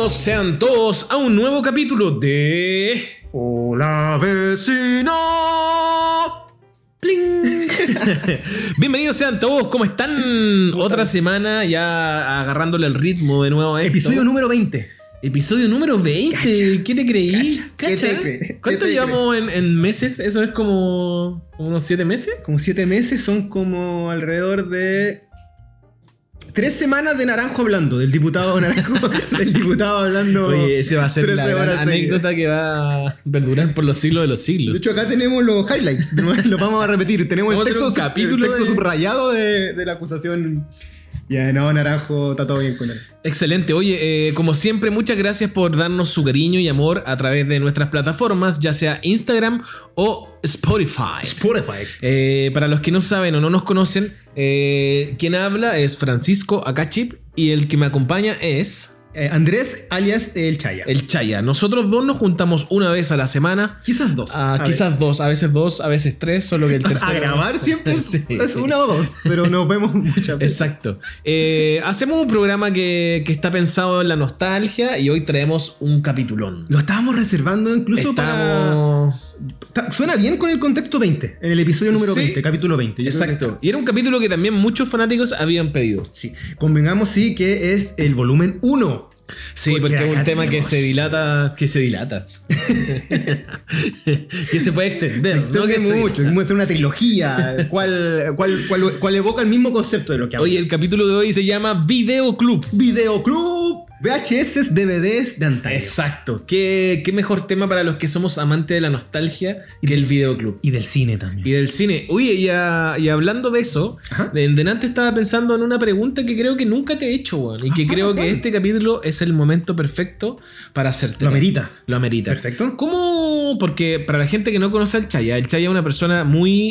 Bienvenidos sean todos a un nuevo capítulo de... ¡Hola, vecino! ¡Pling! Bienvenidos sean todos, ¿cómo están? Otra semana ya agarrándole el ritmo de nuevo a esto. Episodio número 20. Episodio número 20. Cacha. ¿Qué te creí? ¿Qué ¿Cacha? te crees? ¿Cuánto ¿Qué te llevamos en meses? ¿Eso es como unos 7 meses? Como 7 meses, son como alrededor de 3 semanas de Naranjo hablando, del diputado Naranjo, del diputado hablando. Oye, ese va a ser la 13 gran horas anécdota que va a perdurar por los siglos de los De siglos. hecho, acá tenemos los highlights, lo vamos a repetir. Tenemos Vamos a el hacer texto, un capítulo el texto de- subrayado de la acusación. Ya, no, Naranjo, está todo bien con él. Excelente. Oye, como siempre, muchas gracias por darnos su cariño y amor a través de nuestras plataformas, ya sea Instagram o Spotify. Spotify. Para los que no saben o no nos conocen, quien habla es Francisco Acachip y el que me acompaña es Andrés, alias El Chaya. el Chaya. Nosotros dos nos juntamos una vez a la semana. Quizás dos. Quizás dos, a veces tres, solo que el O sea, tercero... a grabar siempre es, Sí, es sí. una o dos, pero nos vemos muchas veces. Exacto. Hacemos un programa que está pensado en la nostalgia y hoy traemos un capitulón. Lo estábamos reservando incluso Estamos... Suena bien con el contexto 20, en el episodio número Sí. 20, capítulo 20. Yo creo Exacto. Y era un capítulo que también muchos fanáticos habían pedido. Sí, convengamos sí que es el volumen 1. Sí, Porque porque es un acá tema tenemos- que se dilata. Que se puede extender. Extiende ¿no? Que se mucho, dilata. es una trilogía, cual evoca el mismo concepto de lo que hablo. Oye, el capítulo de hoy se llama Video Club. Videoclub, VHS, DVDs de antaño. Exacto. ¿Qué mejor tema para los que somos amantes de la nostalgia que el videoclub? Y del cine también. Y del cine. Oye, y hablando de eso, Ajá. de delante estaba pensando en una pregunta que creo que nunca te he hecho, weón. Y que creo que este capítulo es el momento perfecto para hacerte. Lo amerita. Lo amerita. Perfecto. ¿Cómo? Porque para la gente que no conoce al Chaya, el Chaya es una persona muy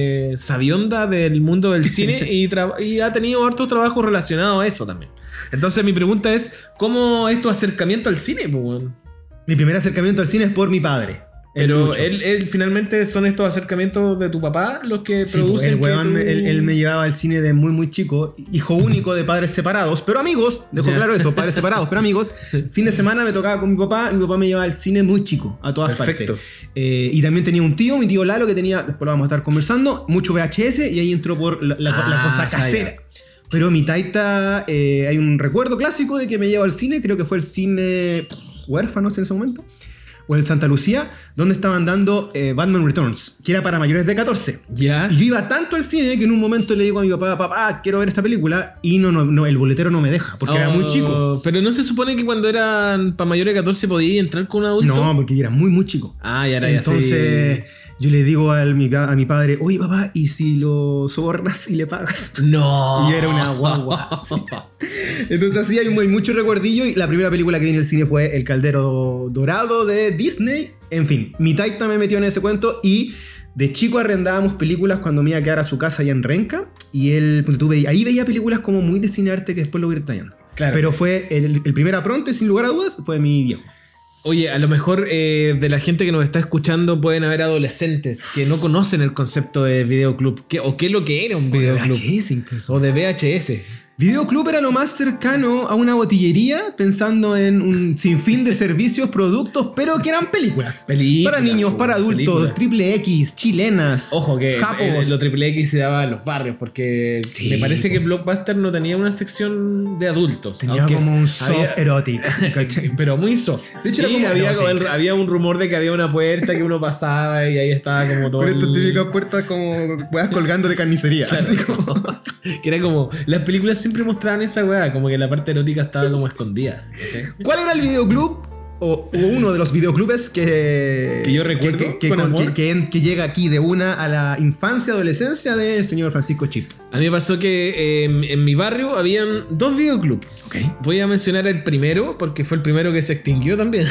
sabionda del mundo del cine y ha tenido hartos trabajos relacionados a eso también. Entonces mi pregunta es, ¿cómo es tu acercamiento al cine, po, weón? Mi primer acercamiento al cine es por mi padre. el Pero Lucho. él finalmente son estos acercamientos de tu papá los que Sí, pues, producen el que weón, tú- él me llevaba al cine de muy muy chico, hijo único de padres separados, pero amigos, dejo Ya. claro eso, padres separados, pero amigos. Fin de semana me tocaba con mi papá me llevaba al cine muy chico, a todas Perfecto. partes. Y también tenía un tío, mi tío Lalo, que tenía, después lo vamos a estar conversando, mucho VHS y ahí entró por la cosa casera. sabía. Pero mi taita, hay un recuerdo clásico de que me llevó al cine, creo que fue el cine Huérfanos en ese momento. O el Santa Lucía, donde estaban dando Batman Returns, que era para mayores de 14. Ya. Y yo iba tanto al cine que en un momento le digo a mi papá, papá, quiero ver esta película, y no, el boletero no me deja, porque era muy Oh, chico. Pero no se supone que cuando eran para mayores de 14 podías entrar con un adulto. No, porque yo era muy, muy chico. Ah, ya era ya, Entonces yo le digo a mi padre, oye papá, ¿y si lo sobornas y le pagas? sí. No. Y yo era una guagua. Sí. Entonces así hay mucho recuerdillo y la primera película que vi en el cine fue El Caldero Dorado de Disney. En fin, mi taita me metió en ese cuento y de chico arrendábamos películas cuando me iba a quedar a su casa allá en Renca y él, ahí veía películas como muy de cinearte que después lo voy a ir detallando. Claro. Pero fue el primer apronte, sin lugar a dudas, fue mi viejo. Oye, a lo mejor de la gente que nos está escuchando pueden haber adolescentes que no conocen el concepto de videoclub. ¿O qué es lo que era un O de videoclub? VHS incluso. O de VHS. Videoclub era lo más cercano a una botillería, pensando en un sinfín de servicios, productos, pero que eran películas. Películas, para niños, po, para adultos, películas. triple X, chilenas. Ojo que japos. lo triple X se daba en los barrios porque Sí, me parece po. que Blockbuster no tenía una sección de adultos. Tenía aunque como un había- soft erotic. ¿cachai? Pero muy soft. De hecho, era Y como había, erotic. había un rumor de que había una puerta que uno pasaba y ahí estaba como todo. Con estas el- típicas puertas como weas colgando de carnicería. Claro. Así como- Que era como. Las películas siempre mostraban esa weá, como que la parte erótica estaba como escondida. ¿cachai? ¿Cuál era el videoclub? O uno de los videoclubes que yo recuerdo con amor. que llega aquí de una a la infancia, adolescencia del señor Francisco Chip. A mí me pasó que en mi barrio habían 2 videoclubs. Ok. Voy a mencionar el primero porque fue el primero que se extinguió también.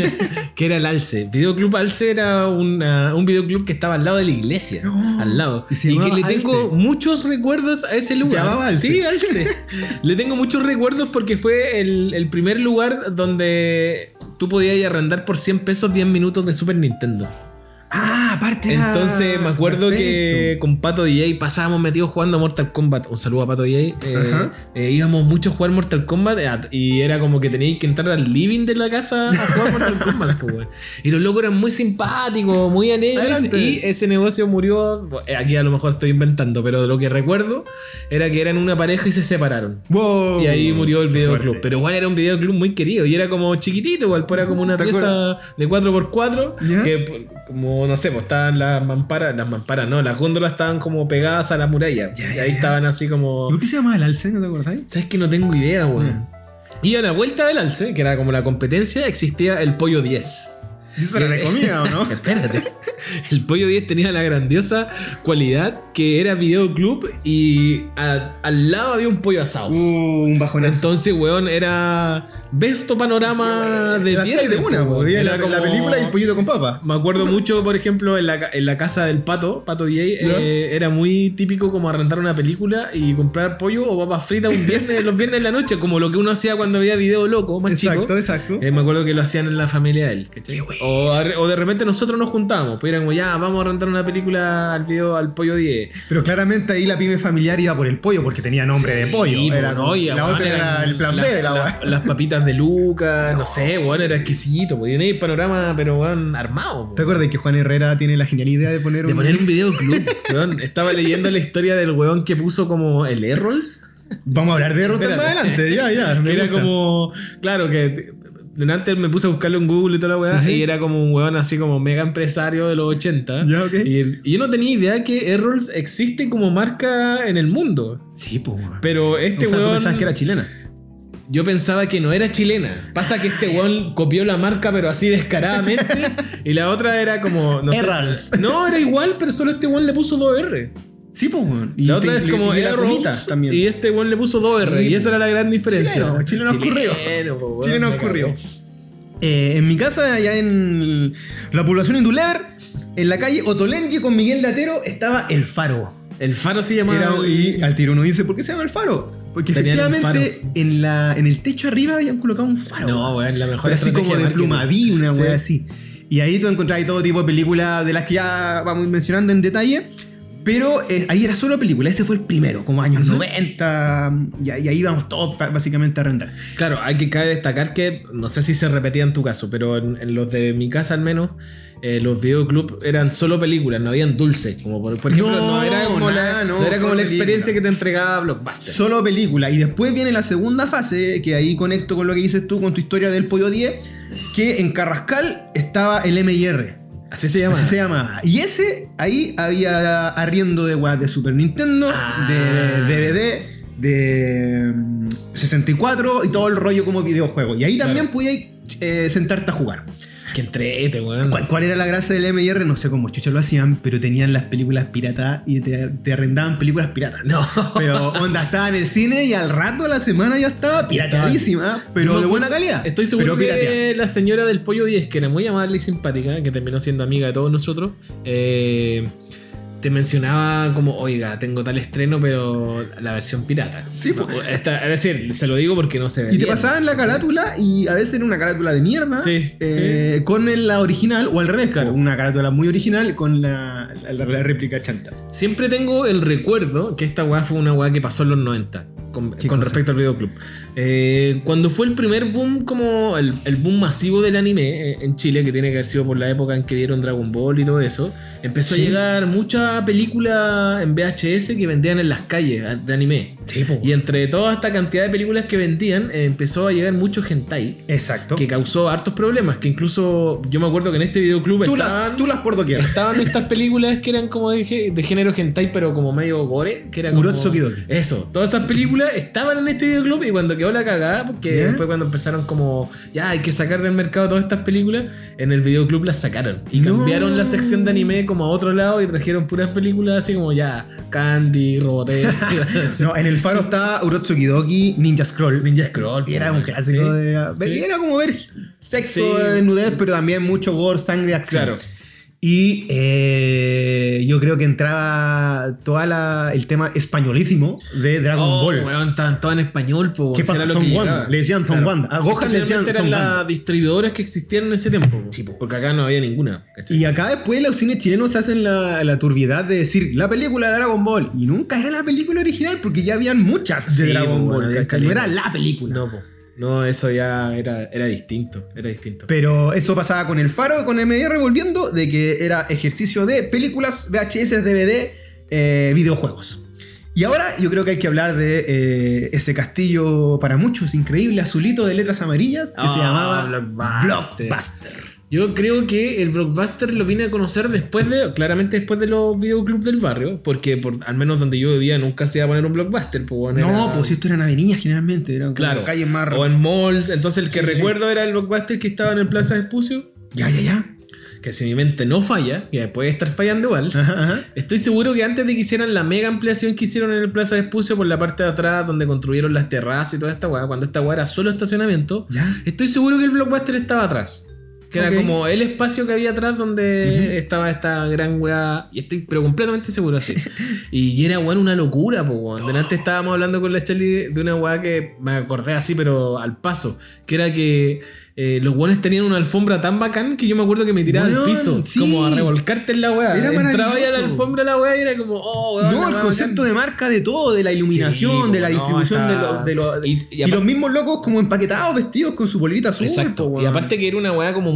Que era el Alce. Videoclub Alce era un videoclub que estaba al lado de la iglesia. Al lado. ¿y se Y que llamaba le tengo Alce? muchos recuerdos a ese lugar. llamaba Alce? Sí, Alce. Le tengo muchos recuerdos porque fue el primer lugar donde tú podías ir a arrendar por 100 pesos 10 minutos de Super Nintendo. Ah, aparte. Entonces me acuerdo que perfecto. con Pato DJ pasábamos metidos jugando Mortal Kombat. Un saludo a Pato DJ. Íbamos mucho a jugar Mortal Kombat y era como que teníais que entrar al living de la casa a jugar Mortal Kombat. Pues, weón. Y los locos eran muy simpáticos, muy alegres. Adelante. Y ese negocio murió. Aquí a lo mejor estoy inventando, pero de lo que recuerdo era que eran una pareja y se separaron. Wow. Y ahí murió el videoclub. Fuerte. Pero igual era un videoclub muy querido. Y era como chiquitito, igual. Pues era como una ¿Te pieza de 4x4. ¿Ya? Que como, no sé, pues estaban las mamparas no, las góndolas estaban como pegadas a la muralla. Ya, y ya, ahí ya. estaban así como... ¿Y por qué se llama el alce? ¿No te acuerdas? ¿Sabes que no tengo idea, weón? Y a la vuelta del alce, que era como la competencia, existía el Pollo 10. ¿Y eso era de comida o no? Espérate. El Pollo 10 tenía la grandiosa cualidad que era videoclub y al lado había un pollo asado. Un bajonazo. Entonces, weón, era besto panorama de la 6 de una, po, porque era la película y el pollito con papa. Me acuerdo mucho, por ejemplo, en la casa del Pato DJ, era muy típico como arrendar una película y comprar pollo o papas fritas los viernes en la noche, como lo que uno hacía cuando veía Video Loco, más chico. Exacto. Me acuerdo que lo hacían en la familia de él, ¿cachai? O de repente nosotros nos juntábamos, pues era como, ya, vamos a rentar una película al Pollo 10. Pero claramente ahí la pyme familiar iba por el pollo porque tenía nombre de pollo. Era no, y la otra era el plan B de la weá. las papitas de Lucas, no sé, weón, era exquisito. Pues tenéis panorama, pero weón, armado. ¿Te acuerdas que Juan Herrera tiene la genial idea de poner un videoclub? Weón, estaba leyendo la historia del weón que puso como el Errols. Vamos a hablar de Errols más adelante, ya. Que era como, claro, que antes me puse a buscarlo en Google y toda la weá, Sí. y era como un weón así como mega empresario de los 80. Ya, ok. Y yo no tenía idea que Errols existe como marca en el mundo. Sí, pues. Pero este ¿Tú weón... pensabas que era chilena? Yo pensaba que no era chilena. Pasa que este weón copió la marca, pero así descaradamente. Y la otra era como... No, Errols. No, era igual, pero solo este weón le puso 2 R. Sí, pues, weón. La otra es como y la Errols, comita también. y este weón le puso 2 R. Sí, Y esa era la gran diferencia. Chileno ocurrió. Po, weón, Chileno me ocurrió. cagó. En mi casa, allá en la población Indulever, en la calle Otolengi con Miguel Latero, estaba El Faro. El Faro se llamaba... Y al tiro uno dice, ¿por qué se llama El Faro? Porque Tenían un efectivamente en el techo arriba habían colocado un faro. No, weón, la mejor Pero así como de marketing. Plumaví, una Sí. weá así. Y ahí tú encontrabas todo tipo de películas de las que ya vamos mencionando en detalle. Pero ahí era solo película, ese fue el primero, como años 90. Y ahí íbamos todos básicamente a arrendar. Claro, hay que cabe destacar que, no sé si se repetía en tu caso, pero en los de mi casa al menos, los videoclubs eran solo películas, no habían dulces. Como por ejemplo, no era como no era como la experiencia que te entregaba Blockbuster. Solo película. Y después viene la segunda fase, que ahí conecto con lo que dices tú, con tu historia del Pollo 10, que en Carrascal estaba el M&R. Así se llama. Así se llama. Y ahí había arriendo de weas de Super Nintendo, de DVD, de 64 y todo el rollo como videojuego. Y ahí también podías sentarte a jugar. Que entrete, weón. ¿Cuál era la gracia del M&R? No sé cómo chucha lo hacían, pero tenían las películas piratas y te arrendaban películas piratas. No. Pero onda, estaba en el cine y al rato de la semana ya estaba pirateadísima, pero de buena calidad. Estoy seguro pero que la señora del Pollo 10, que era muy amable y simpática, que terminó siendo amiga de todos nosotros, te mencionaba como, oiga, tengo tal estreno, pero la versión pirata. Sí, no, es decir, se lo digo porque no se ve Y te bien. pasaban la carátula y a veces era una carátula de mierda Sí, con la original o al revés, Claro. una carátula muy original con la réplica chanta. Siempre tengo el recuerdo que esta weá fue una weá que pasó en los 90 con respecto al videoclub. Cuando fue el primer boom, como el boom masivo del anime en Chile, que tiene que haber sido por la época en que dieron Dragon Ball y todo eso, empezó a llegar mucha película en VHS que vendían en las calles de anime. Sí, po. Y entre toda esta cantidad de películas que vendían, empezó a llegar mucho hentai. Exacto. Que causó hartos problemas. Que incluso yo me acuerdo que en este videoclub Tú las por doquier. estaban estas películas que eran como de género hentai, pero como medio gore. Que era como, Urotsukidoki. Eso, todas esas películas estaban en este videoclub. Y cuando quedó la cagada, porque fue cuando empezaron como, ya hay que sacar del mercado todas estas películas, en el videoclub las sacaron. Y cambiaron la sección de anime como a otro lado y trajeron puras películas así como ya, Candy, Robotech. No, en el Faro estaba Urotsukidoki, Ninja Scroll. Ninja Scroll. Y era un clásico de... Sí. Era como ver sexo, Sí. desnudez, pero también mucho gore, sangre, acción. Claro. Y yo creo que entraba el tema españolísimo de Dragon Ball. Weón, estaban todos en español, po. ¿Qué pasa? Zonwanda. Le decían Zonwanda. A Gohan le decían eran Zonwanda. las distribuidoras que existían en ese tiempo. Sí, porque acá no había ninguna. ¿Cachai? Y acá después los cines chilenos hacen la turbiedad de decir la película de Dragon Ball. Y nunca era la película original porque ya habían muchas de Dragon Ball. ¿Cachai? No era la película. No, po. No, eso ya era distinto. Era distinto. Pero eso pasaba con el Faro, con MDR volviendo, de que era ejercicio de películas, VHS, DVD, videojuegos. Y ahora yo creo que hay que hablar de ese castillo para muchos increíble azulito de letras amarillas que se llamaba Blockbuster. Yo creo que el Blockbuster lo vine a conocer claramente después de los videoclubs del barrio, porque al menos donde yo vivía nunca se iba a poner un Blockbuster. Pues si esto eran avenidas generalmente, eran claro, calles más... O en malls, entonces el que recuerdo era el Blockbuster que estaba en el Plaza Vespucio. Ya. Que si mi mente no falla, que puede estar fallando igual, Ajá. estoy seguro que antes de que hicieran la mega ampliación que hicieron en el Plaza Vespucio por la parte de atrás donde construyeron las terrazas y toda esta weá, cuando esta weá era solo estacionamiento, estoy seguro que el Blockbuster estaba atrás. Que era como el espacio que había atrás donde estaba esta gran weá. Y estoy pero completamente seguro así. Y era weón una locura, po, weón. Delante estábamos hablando con la Charlie de una weá que me acordé así, pero al paso. Que era que los weones tenían una alfombra tan bacán que yo me acuerdo que me tiraba al piso. Sí. Como a revolcarte en la weá. Entraba ahí a la alfombra la weá y era como, weón. No, el concepto de marca de todo, de la iluminación, sí, de la distribución de los. Y los mismos locos como empaquetados, vestidos con su polerita azul. Exacto. Po, y aparte que era una weá como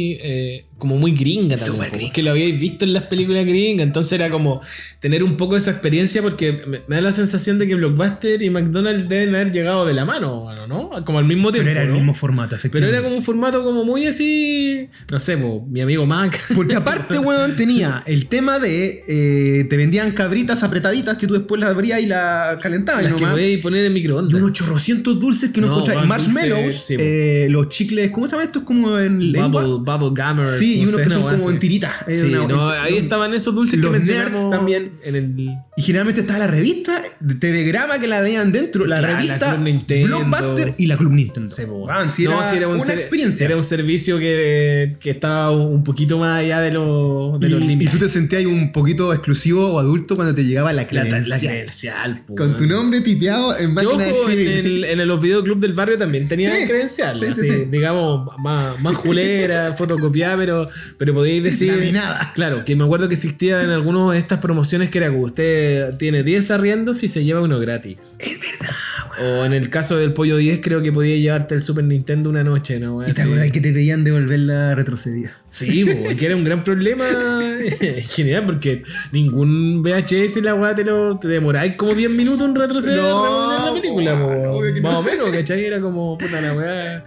muy gringa también. Gringa. Que lo habíais visto en las películas gringas. Entonces era como tener un poco esa experiencia porque me da la sensación de que Blockbuster y McDonald's deben haber llegado de la mano, ¿no? Como al mismo tiempo. Pero era el mismo formato, efectivamente. Pero era como un formato como muy así, no sé, mi amigo Mac. Porque aparte, weón, tenía el tema de te vendían cabritas apretaditas que tú después las abrías y las calentabas. Las que podías poner en microondas. Y unos chorrocientos dulces que no encontrabas. Marshmallows, sí, los chicles, ¿cómo se llama esto? Es como en Bubble Gummers. Sí, y unos que son como en tiritas. Sí, ahí estaban esos dulces que mencionamos también. Y generalmente estaba la revista de TV Grama que la veían dentro. La revista Blockbuster y la Club Nintendo. Sí, era una experiencia. Era un servicio que estaba un poquito más allá de los límites. Y tú te sentías un poquito exclusivo o adulto cuando te llegaba la credencial. La credencial, po, con tu nombre tipeado en máquina de escribir. En los videoclubs del barrio también tenía credencial. Sí. Digamos, más julera, fotocopiada, pero podéis decir... Laminada. Claro, que me acuerdo que existía en algunas de estas promociones que era como usted tiene 10 arriendos y se lleva uno gratis. Es verdad, güey. O en el caso del Pollo 10 creo que podía llevarte el Super Nintendo una noche, ¿no? ¿Y te acuerdas que te pedían devolverla retrocedida? Sí, que era un gran problema en general porque ningún VHS la weá te demoráis como 10 minutos en retroceder la película, más o menos, ¿cachai? Era como puta la weá.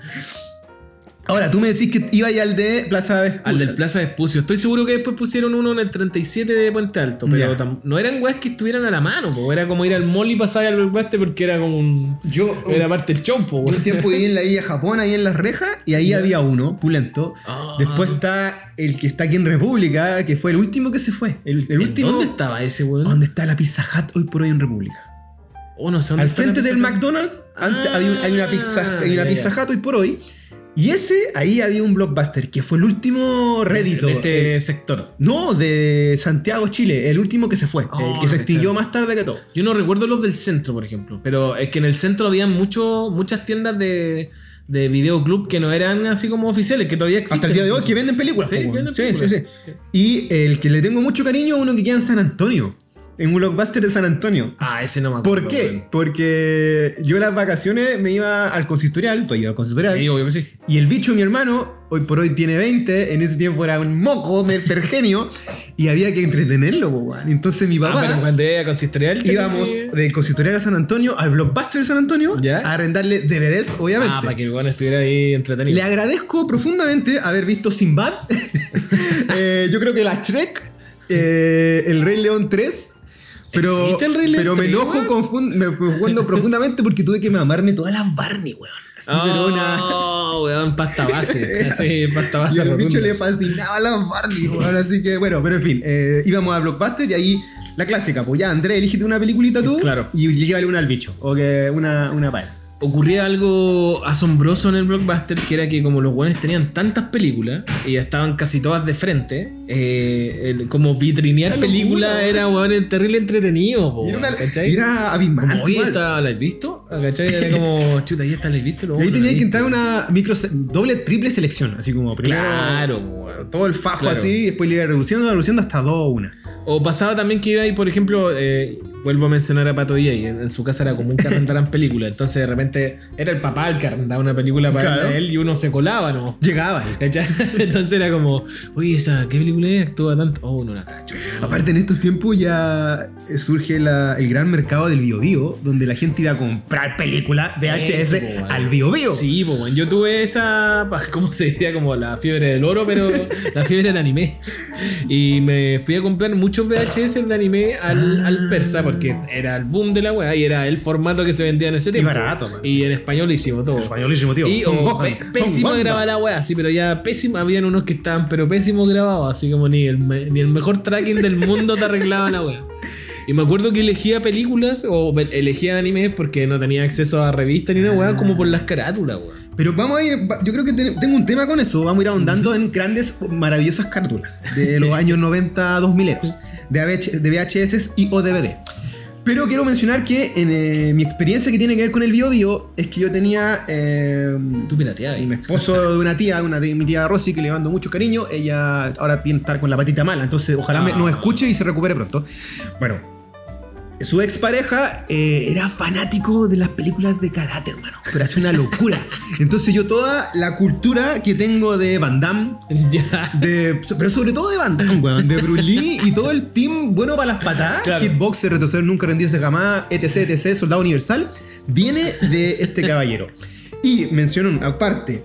Ahora, tú me decís que iba ya al de Plaza Vespucio. Al del Plaza Vespucio. Estoy seguro que después pusieron uno en el 37 de Puente Alto, pero no eran weas que estuvieran a la mano, po. Era como ir al mall y pasar al Blockbuster porque era como era parte del show, po. Un tiempo viví en la isla Japón, ahí en Las Rejas, y ahí había uno, pulento. Después está el que está aquí en República, que fue el último que se fue. El último. ¿Dónde estaba ese weón? ¿Dónde está la Pizza Hut hoy por hoy en República? No sé, al frente del McDonald's, antes hay una Pizza Hut hoy por hoy. Y ahí había un Blockbuster, que fue el último rédito. ¿De este sector? No, de Santiago, Chile. El último que se fue. El que se extinguió más tarde que todo. Yo no recuerdo los del centro, por ejemplo. Pero es que en el centro había muchas tiendas de videoclub que no eran así como oficiales, que todavía existen. Hasta el día de hoy, que venden películas. Sí, venden películas. Sí. Y el que le tengo mucho cariño, uno que queda en San Antonio. En un Blockbuster de San Antonio. Ese no me acuerdo. ¿Por qué? Porque yo las vacaciones me iba al consistorial. ¿Tú has ido al consistorial? Sí, obvio que sí. Y el bicho, mi hermano, hoy por hoy tiene 20. En ese tiempo era un moco, pergenio. Y había que entretenerlo, weón. Entonces mi papá... pero cuando iba al consistorial... Íbamos del consistorial a San Antonio al Blockbuster de San Antonio. ¿Ya? A arrendarle DVDs, obviamente. Para que el weón estuviera ahí entretenido. Le agradezco profundamente haber visto Sinbad. Yo creo que la Shrek. El Rey León 3... Pero me enojo confundo profundamente porque tuve que mamarme todas las Barney, weón. Weón, pasta base. Así, pasta base. Y al bicho le fascinaba las Barney, weón. Así que, bueno, pero en fin. Íbamos a Blockbuster y ahí la clásica, pues ya, Andrés, elígete una peliculita tú. Claro. Y llévale una al bicho. O que una paella. ocurría algo asombroso en el Blockbuster, que era que como los buenos tenían tantas películas y ya estaban casi todas de frente, como vitrinear películas era, weón, terrible entretenido, po, ¿cachai? Era abismal. Como, oye, ¿esta la has visto? ¿Cachai? Era como, chuta, ¿y esta la has visto? Y ahí tenía que entrar una doble, triple selección, así como primero. Claro, weón. Todo el fajo así, y después le iba reduciendo hasta 2 una. O pasaba también que iba ahí, por ejemplo, vuelvo a mencionar a Pato Díaz, en su casa era común que arrendaran películas, entonces de repente era el papá el que arrendaba una película para él y uno se colaba, ¿no? Llegaba ahí. Entonces era como, oye, ¿qué película es? Actúa tanto. Oh, no la cacho. No. Aparte, en estos tiempos ya surge el gran mercado del Bio Bio, donde la gente iba a comprar películas VHS Eso, al Bio Bio. Sí, pues bueno, yo tuve esa, ¿cómo se diría? Como la fiebre del oro, pero la fiebre del anime. Y me fui a comprar muchos VHS de anime al persa, porque era el boom de la weá y era el formato que se vendía en ese tiempo. Y barato, man. Y en españolísimo todo. Españolísimo, tío. Y pésimo grababa la weá, sí, pero ya pésimo. Habían unos que estaban, pero pésimo grabados, así como ni el mejor tracking del mundo te arreglaba la weá. Y me acuerdo que elegía películas o elegía animes porque no tenía acceso a revistas ni una weá, como por las carátulas, weá. Pero vamos a ir, yo creo que tengo un tema con eso. Vamos a ir ahondando en grandes, maravillosas carátulas de los años 90 2000 de VHS y o DVD. Pero quiero mencionar que en mi experiencia que tiene que ver con el Bio Bio es que yo tenía Tú pirateabas. un esposo de una tía, mi tía Rosy, que le mando mucho cariño. Ella ahora tiene que estar con la patita mala, entonces ojalá nos escuche y se recupere pronto. Bueno, su expareja era fanático de las películas de karate, hermano. Pero hace una locura. Entonces yo toda la cultura que tengo de Van Damme, pero sobre todo de Van Damme, weón, de Bruce Lee y todo el team bueno para las patadas, claro. Kickboxer, retroceder, nunca rendirse jamás, etc, Soldado Universal, viene de este caballero. Y menciono aparte,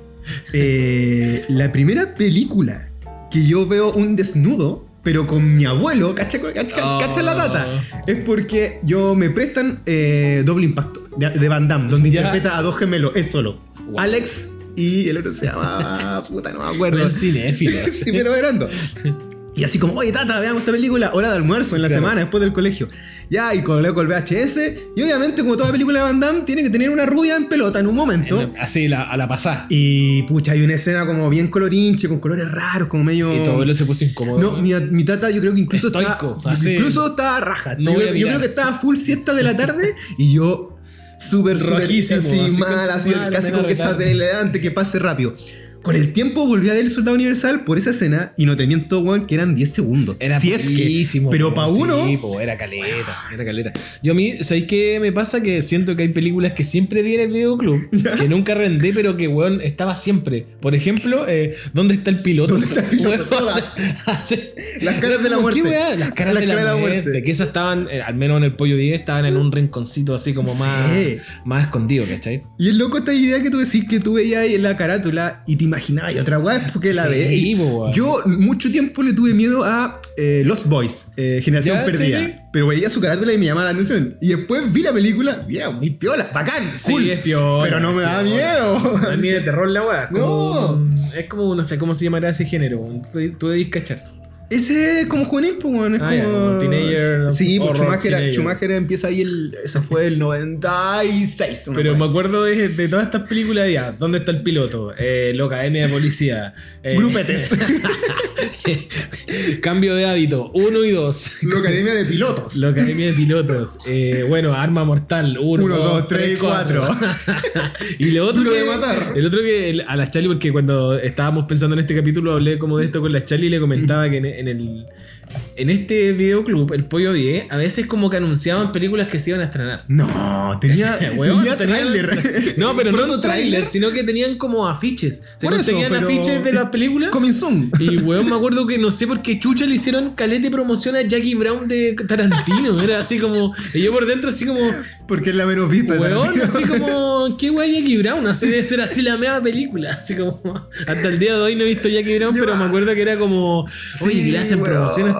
la primera película que yo veo un desnudo, pero con mi abuelo, cacha la data, es porque me prestan Doble Impacto de Van Damme, donde interpreta a dos gemelos, él solo, Alex y el otro se llama, puta, no me acuerdo. Es cinéfilo. Sí, pero verando. Y así como, oye, tata, veamos esta película, hora de almuerzo en la semana, después del colegio. Ya, y coleo con el VHS. Y obviamente, como toda película de Van Damme, tiene que tener una rubia en pelota en un momento. Así, a la pasada. Y pucha, hay una escena como bien colorinche, con colores raros, como medio. Y tu abuelo se puso incómodo. No, mi tata, yo creo que incluso estaba raja. Yo creo que estaba full siesta de la tarde y yo súper rojísimo, así mal, casi con que sea adelante, que pase rápido. Con el tiempo volví a ver el Soldado Universal por esa escena y no te miento, weón, que eran 10 segundos. Era poquísimo. Pero para uno. Sí, era caleta. Yo a mí, ¿sabéis qué me pasa? Que siento que hay películas que siempre vi en el videoclub, que nunca rendé, pero que, weón, estaba siempre. Por ejemplo, ¿dónde está el piloto? Todas. Las caras de la muerte. ¿Qué weá? Las caras de la muerte. Que esas estaban, al menos en el Pollo 10, estaban en un rinconcito así como más escondido, ¿cachai? Y es loco esta idea que tú decís que tú veías ahí en la carátula y te imaginaba y otra weá es porque la ves. Yo mucho tiempo le tuve miedo a Lost Boys, Generación Perdida. Sí. Pero veía su carátula y me llamaba la atención. Y después vi la película y era muy piola, bacán. Sí, cool, es piola. Pero no me da miedo. No es ni de terror la weá. No. Es como, no sé cómo se llamará ese género. Tú debes cachar. Ese es como juvenil, pues, bueno, es como teenager. Sí, pues Schumacher empieza ahí eso fue el 96. Pero me acuerdo de todas estas películas ya. ¿Dónde está el piloto? La Academia de Policía. Grupetes. Cambio de hábito, 1 y 2. La Academia de Pilotos. La Academia de Pilotos. Bueno, Arma Mortal, 1, 2, 3, 4. Y lo otro de matar. El otro que a la Charlie, porque cuando estábamos pensando en este capítulo hablé como de esto con la Charlie y le comentaba que en este videoclub, el Pollo 10, a veces como que anunciaban películas que se iban a estrenar. No, tenía tráiler. No, pero no tráiler, sino que tenían como afiches. Se conseguían afiches de las películas. Coming soon. Y weón, me acuerdo que no sé por qué chucha le hicieron calete promoción a Jackie Brown de Tarantino. Era así como. Y yo por dentro así como. Porque es la menos vista. Weón, así como. ¿Qué weón Jackie Brown? Así debe ser así la media película. Así como. Hasta el día de hoy no he visto Jackie Brown, pero me acuerdo que era como. Oye, que le hacen promoción a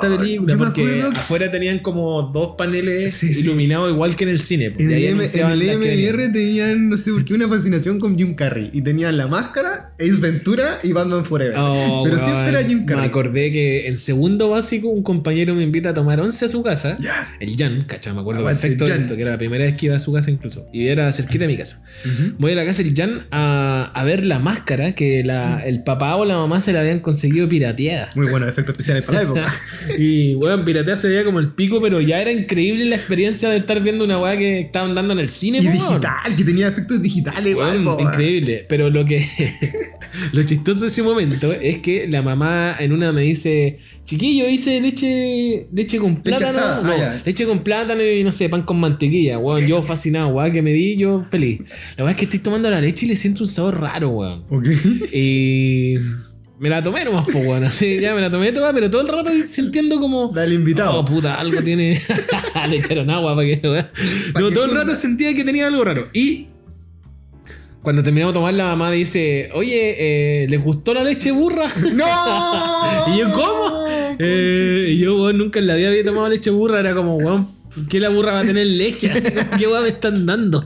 esta película. Yo me Porque acuerdo que afuera tenían como 2 paneles Sí, sí. iluminados igual que en el cine. en y ahí el anunciaban las que venían. MR tenían, no sé por qué, una fascinación con Jim Carrey. Y tenían La Máscara, Ace Ventura y Batman Forever. Oh, pero weón. siempre era Jim Me Carrey. acordé que en segundo básico un compañero me invita a tomar 11 a su casa. Ya. El Jan, cacha, me acuerdo Aguante, perfecto de Jan. esto, que era la primera vez que iba a su casa incluso. Y era cerquita de mi casa. Ujú. Voy a la casa del Jan a ver La Máscara, que el papá o la mamá se la habían conseguido pirateada. Muy buenos efectos especiales para la época. Y weón, pirateada se veía como el pico, pero ya era increíble la experiencia de estar viendo una weá que estaban dando en el cine. Y po, weón. digital, que tenía efectos digitales. Weón, weón, po, increíble. Pero lo que lo chistoso de ese momento es que la mamá en una me dice: chiquillo, hice leche con plátano. asada, No, ya. leche con plátano y no sé, pan con mantequilla. Weón, yo fascinado, weón, que me di, yo feliz. La verdad es que estoy tomando la leche y le siento un sabor raro, weón. Ok. Y me la tomé nomás, po, weón. Así, ya me la tomé toda, pero todo el rato sintiendo como. Dale invitado. Oh, puta, algo tiene. Le echaron agua para que. weón. Pa' No, que todo el funda. rato sentía que tenía algo raro. Y cuando terminamos de tomar, la mamá dice: oye, ¿les gustó la leche burra? ¡No! Y yo, ¿cómo? Y yo, weón, nunca en la vida había tomado leche burra. Era como, weón, ¿por qué la burra va a tener leche? Así como, ¿qué weón me están dando?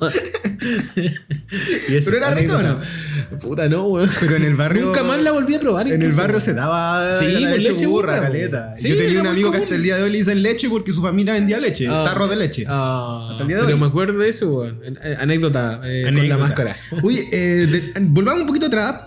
Y eso, ¿Pero era rico o no? Puta, no, weón. Pero en el barrio. Nunca más la volví a probar. En el incluso, barrio weón. se daba Sí, la con leche leche burra, burra, caleta. po. Sí, Yo tenía era un muy amigo que común. hasta el día de hoy le dicen leche porque su familia vendía leche, tarros de leche. Hasta el día de Pero hoy. me acuerdo de eso, weón. Anécdota, con la Anécdota. máscara. Oye, volvamos un poquito atrás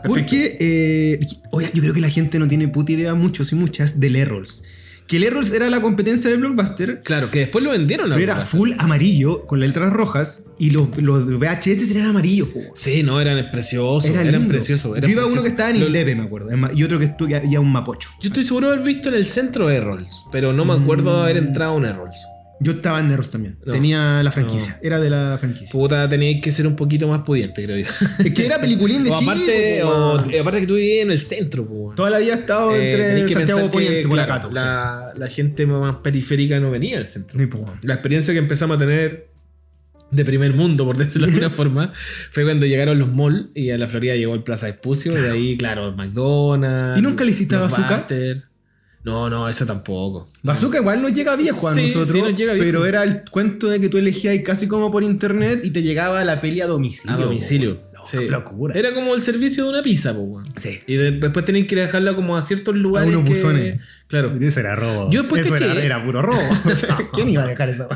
porque oye, yo creo que la gente no tiene puta idea, muchos y muchas, del Errols. Que el Errols era la competencia del Blockbuster, Claro, que después lo vendieron a pero era Blockbuster. full amarillo con las letras rojas y los VHS eran amarillos. Po. Sí, no, eran preciosos. Era Eran lindo. preciosos. Yo iba a uno que estaba en Indepe, me acuerdo, y otro que había un Mapocho. Yo estoy seguro de haber visto en el centro Errols, pero no me acuerdo de haber entrado a un Errols. Yo estaba en Errols también. No. Tenía la franquicia. Era de la franquicia. Puta, tenéis que ser un poquito más pudiente, creo yo. Es que era peliculín de O chico. aparte, po, weón. aparte que tú vivías en el centro, pues. Toda la vida he estado entre Santiago Poniente, por claro, acá. la gente más periférica no venía al centro. Sí, po, weón. La experiencia que empezamos a tener de primer mundo, por decirlo de alguna forma, fue cuando llegaron los malls y a la Florida llegó el Plaza Espucio y de ahí, claro, McDonald's. ¿Y nunca le hiciste a Bazooka? Blockbuster. No, eso tampoco. Bazooka igual nos llega viejo a Sí, nosotros, sí nos llega viejo. pero era el cuento de que tú elegías casi como por internet y te llegaba la peli a domicilio. A domicilio. po. Sí. Locura. Era como el servicio de una pizza, pues, weón. Sí. Y después tenían que ir a dejarla como a ciertos lugares. unos que- buzones. Claro. Eso era robo. Yo después Eso caché- era puro robo. O sea, ¿quién iba a dejar eso?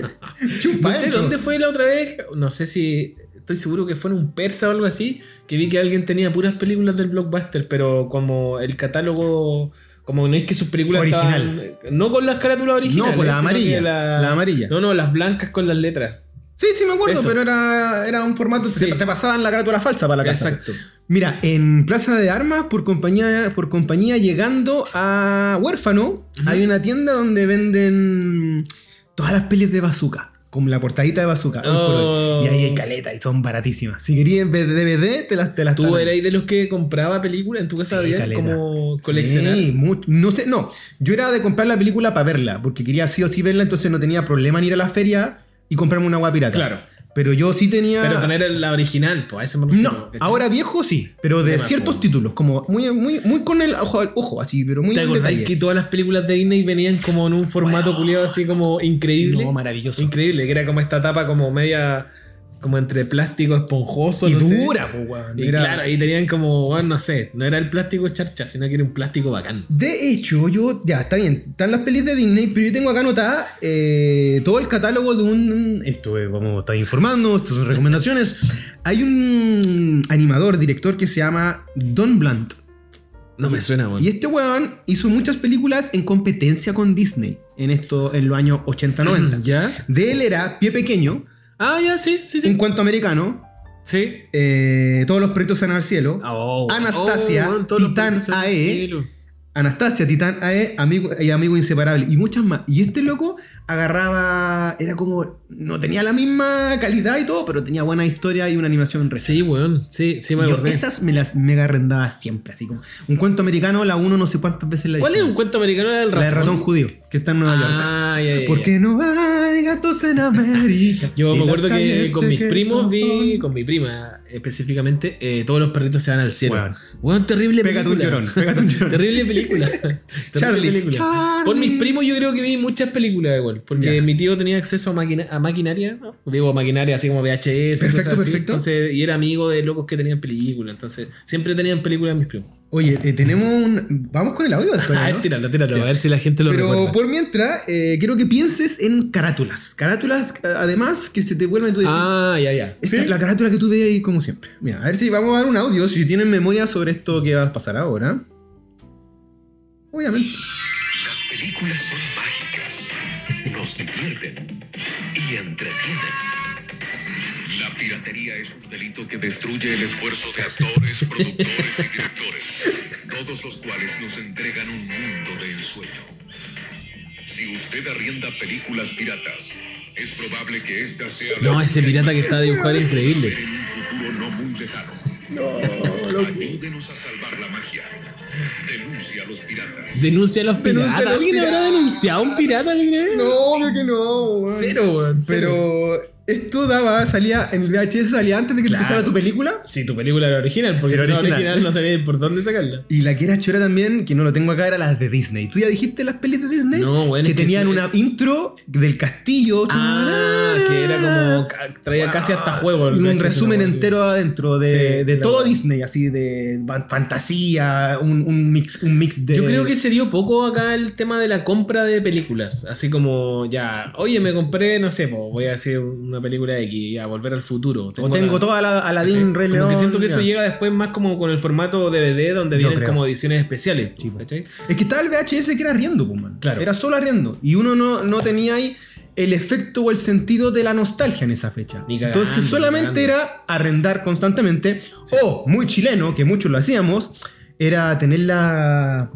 Chupa No sé dentro. dónde fue la otra vez. No sé si. Estoy seguro que fue en un persa o algo así. Que vi que alguien tenía puras películas del Blockbuster. Pero como el catálogo. Como no es que sus películas Original. estaban. No con las carátulas originales. No, con la sino amarilla. que La amarilla. No, las blancas con las letras. Sí, me acuerdo, Eso. pero era un formato. Sí. Te pasaban la carátula falsa para la casa. Exacto. Mira, en Plaza de Armas, por compañía llegando a Huérfano, hay una tienda donde venden todas las pelis de Bazooka. Como la portadita de Bazooka. hoy por hoy. Oh. Y ahí hay caleta y son baratísimas. Si querías ver DVD, te las ¿Tú traen. eras de los que compraba películas en tu casa? Sí, ¿Había caleta. como coleccionar? Sí, no sé, no. Yo era de comprar la película para verla, porque quería sí o sí verla, entonces no tenía problema en ir a la feria y comprarme una agua pirata. Claro. Pero yo sí tenía. Pero tener la original, pues a eso me refiero. No, ¿cachai? ahora viejo sí, pero de Además, ciertos po. títulos, como muy con el ojo así, pero muy ¿Te en acordáis detalle. que todas las películas de Disney venían como en un formato culiado así como increíble? No, maravilloso. Increíble, que era como esta tapa como media, como entre plástico esponjoso. Y no sé. dura, pues, weón. Y Era- claro, ahí tenían como, bueno, no sé, no era el plástico charcha, sino que era un plástico bacán. De hecho, ya, está bien, están las pelis de Disney, pero yo tengo acá anotada todo el catálogo de un... Esto vamos a estar informando, estas son recomendaciones. Hay un animador, director que se llama Don Blunt. No me suena, weón. Y este weón hizo muchas películas en competencia con Disney en los años 80-90. ¿Ya? De él era Pie Pequeño, Ah, ya, sí. Un Cuento Americano, Sí. Todos los proyectos se van al cielo, Oh, Anastasia, weón, todos los Titán proyectos al AE, cielo. Anastasia, Titán AE, Amigo Inseparable y muchas más. Y este loco agarraba, era como, no tenía la misma calidad y todo, pero tenía buena historia y una animación reciente. Sí, weón. Sí, me Y yo acordé. esas me las mega arrendaba siempre, así como Un Cuento Americano, la uno no sé cuántas veces la he ¿Cuál visto. es un cuento americano del ratón? La de ratón judío, que está en Nueva York. Ah, ya. ¿Por qué no hay gatos en América? Yo Y me las acuerdo que calles con de mis primos queso vi, son- con mi prima, específicamente, Todos los perritos se van al cielo. Weón. Weón, terrible Pégate película. pégate un llorón. Terrible película. Charlie. película. Charlie. Por mis primos yo creo que vi muchas películas igual. Porque Ya. mi tío tenía acceso a maquinaria, ¿no? Digo maquinaria así como VHS. Perfecto, cosas así. perfecto. Entonces, y era amigo de locos que tenían películas. Entonces, siempre tenían películas mis primos. Oye, tenemos un... Vamos con el audio, Antonio, A ver, ¿no? tíralo. Ya. A ver si la gente lo Pero recuerda. por mientras, quiero que pienses en carátulas. Carátulas, además, que se te vuelven tu decir. Ah, ya. Esta es la carátula que tú veías ahí como siempre. Mira, a ver si vamos a dar un audio, si tienen memoria sobre esto que va a pasar ahora. Obviamente. Las películas son mágicas, nos divierten y entretienen. La piratería es un delito que destruye el esfuerzo de actores, productores y directores, todos los cuales nos entregan un mundo de ensueño. Si usted arrienda películas piratas, es probable que esta sea la No, ese pirata que está dibujado era increíble. en un futuro no muy lejano. Ayúdenos a salvar la magia. Denuncia a los piratas. Denuncia a los Denuncia piratas. a los ¿Alguien habrá piratas. denunciado a un pirata, crees? No, obvio que no, weón. Cero, weón. Cero. Pero esto salía en el VHS, salía antes de que Claro. empezara tu película. Si tu película era original, porque Sí, si era no era original. original no tenías por dónde sacarla. Y la que era chora también, que no lo tengo acá, era las de Disney. ¿Tú ya dijiste las pelis de Disney? No, bueno, que es que tenían sí. una intro del castillo. Ah, que era como. Traía casi hasta juego. Y un VHS, resumen ¿no? entero adentro de, Sí, de la todo verdad. Disney, así de fantasía, un mix de... Yo creo que se dio poco acá el tema de la compra de películas. Así como, ya, oye, me compré, no sé, voy a hacer una película X, a Volver al Futuro. O tengo toda la Aladdin, ¿cachai? Rey Como León. que siento que ya. eso llega después más como con el formato DVD, donde Yo vienen creo. como ediciones especiales. Sí, po. ¿cachai? Es que estaba el VHS que era arriendo, pues, man. Claro. Era solo arriendo. Y uno no tenía ahí el efecto o el sentido de la nostalgia en esa fecha. Ni cagando, Entonces ni solamente cagando. era arrendar constantemente. O, muy chileno, que muchos lo hacíamos, era tener la...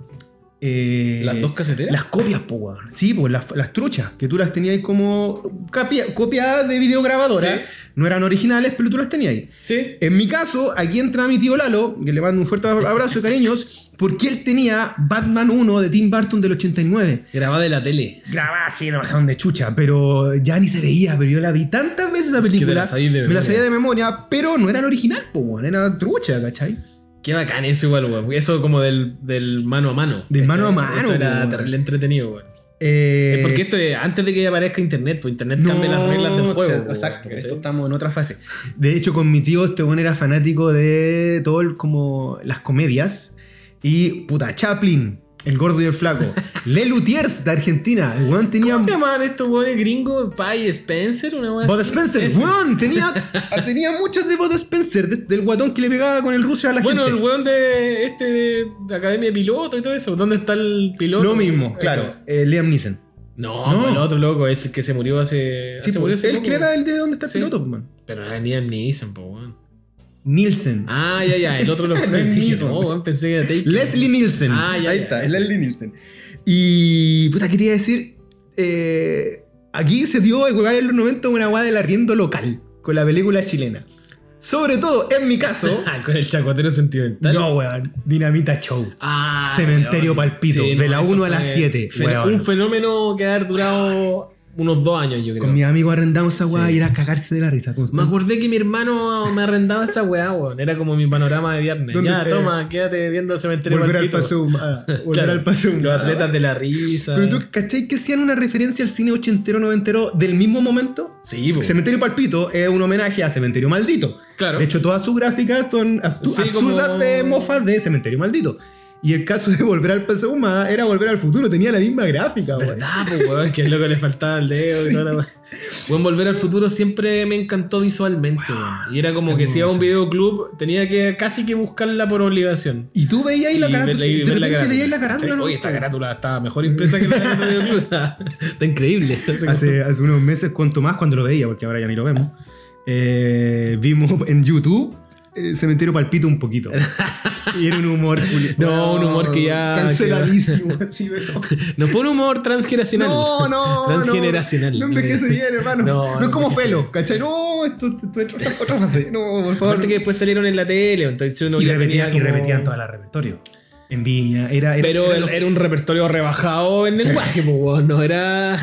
¿Las dos caseteras? Las copias, po, weón. Sí, pues las truchas, que tú las tenías ahí como copia de videograbadora. Sí. No eran originales, pero tú las tenías ahí. Sí. En mi caso, aquí entra mi tío Lalo, que le mando un fuerte abrazo y cariños, porque él tenía Batman 1 de Tim Burton del 89. Grabada de la tele. Grabada así, no sé dónde chucha, pero ya ni se veía, pero yo la vi tantas veces esa película. Que te la sabís de me la memoria. sabía de memoria, pero no era el original, po, weón, era trucha, ¿cachai? Qué bacán eso igual, weón. Eso como del mano a mano. Del ¿cachai? mano a mano, Eso era weón. terrible entretenido, weón. Es porque esto es antes de que aparezca internet, pues internet cambia las reglas del juego. o sea, po, exacto, weón, esto ¿cachai? estamos en otra fase. De hecho, con mi tío, este weón era fanático de todo como las comedias. Y, puta, Chaplin, el gordo y el flaco. Le Luthiers de Argentina. El weón tenía... ¿Cómo se llamaban estos weones gringos? Pai Spencer, una weá Bud así? Spencer, Ese. weón, tenía muchas de Bud Spencer, del guatón que le pegaba con el ruso a la Bueno, gente. el weón de Academia de Piloto y todo eso. ¿Dónde está el piloto? Lo mismo, Eso. claro. Liam Neeson. No, No. pues el otro loco es el que se murió hace. Sí, se murió hace él poco. que era el de donde está el Sí. piloto, man. Pero no era Liam Neeson, po, weón. Nielsen. Ah, ya, el otro loco. No es Neeson. No, weón, pensé que era Taken. Leslie Nielsen. Ah, ya, Ahí ya, está, ese. es Leslie Nielsen. Y, puta, ¿qué te iba a decir? Aquí se dio igual en los 90 una guada del arriendo local con la película chilena. Sobre todo, en mi caso... Con el chacotero sentimental. no, weón. Dinamita Show. Ah, Cementerio weón. Palpito, de la eso 1 a las fue 7, weón. Un fenómeno que ha durado unos 2 años, yo creo. Con mis amigos arrendamos esa weá Sí. y era cagarse de la risa. Me constante. acordé que mi hermano me arrendaba esa weá, weón. Era como mi panorama de viernes. ¿Dónde Ya, te- toma, quédate viendo Cementerio Volver al Palpito. paseo humano. Volver Claro, al paseo humano. Los atletas de la risa. Pero tú, ¿cachai que hacían una referencia al cine ochentero, noventero del mismo momento? Sí, po. Cementerio Palpito es un homenaje a Cementerio Maldito. Claro. De hecho, todas sus gráficas son Sí, absurdas como- de mofas de Cementerio Maldito. Y el caso de Volver al paseo humano era Volver al futuro, tenía la misma gráfica, weón. ¿Verdad, po, weón? Que es lo que le faltaba el dedo y toda la weá. Weón, Volver al Futuro siempre me encantó visualmente, weón. Y era como que si iba a un videoclub, tenía que casi que buscarla por obligación. Y tú veías ahí la Y carátula. ver- y De ver la repente veías la ¿cachai? carátula, ¿no? Oye, esta carátula está mejor impresa que la de videoclub. Está increíble. Hace unos meses con Tomás, cuando lo veía, porque ahora ya ni lo vemos, vimos en YouTube Cementerio Palpito un poquito. Y era un humor... No, un humor que ya- canceladísimo. así, pero- No fue un humor transgeneracional. No. Transgeneracional. No envejece bien, hermano. No, No es como no. Felo, ¿cachai? No, esto es otra fase. No, por favor. Aparte que después salieron en la tele, entonces uno Y ya repetían, tenía como- repetían toda la repertorio. En Viña. Pero era un repertorio rebajado en lenguaje, pues, weón. No era.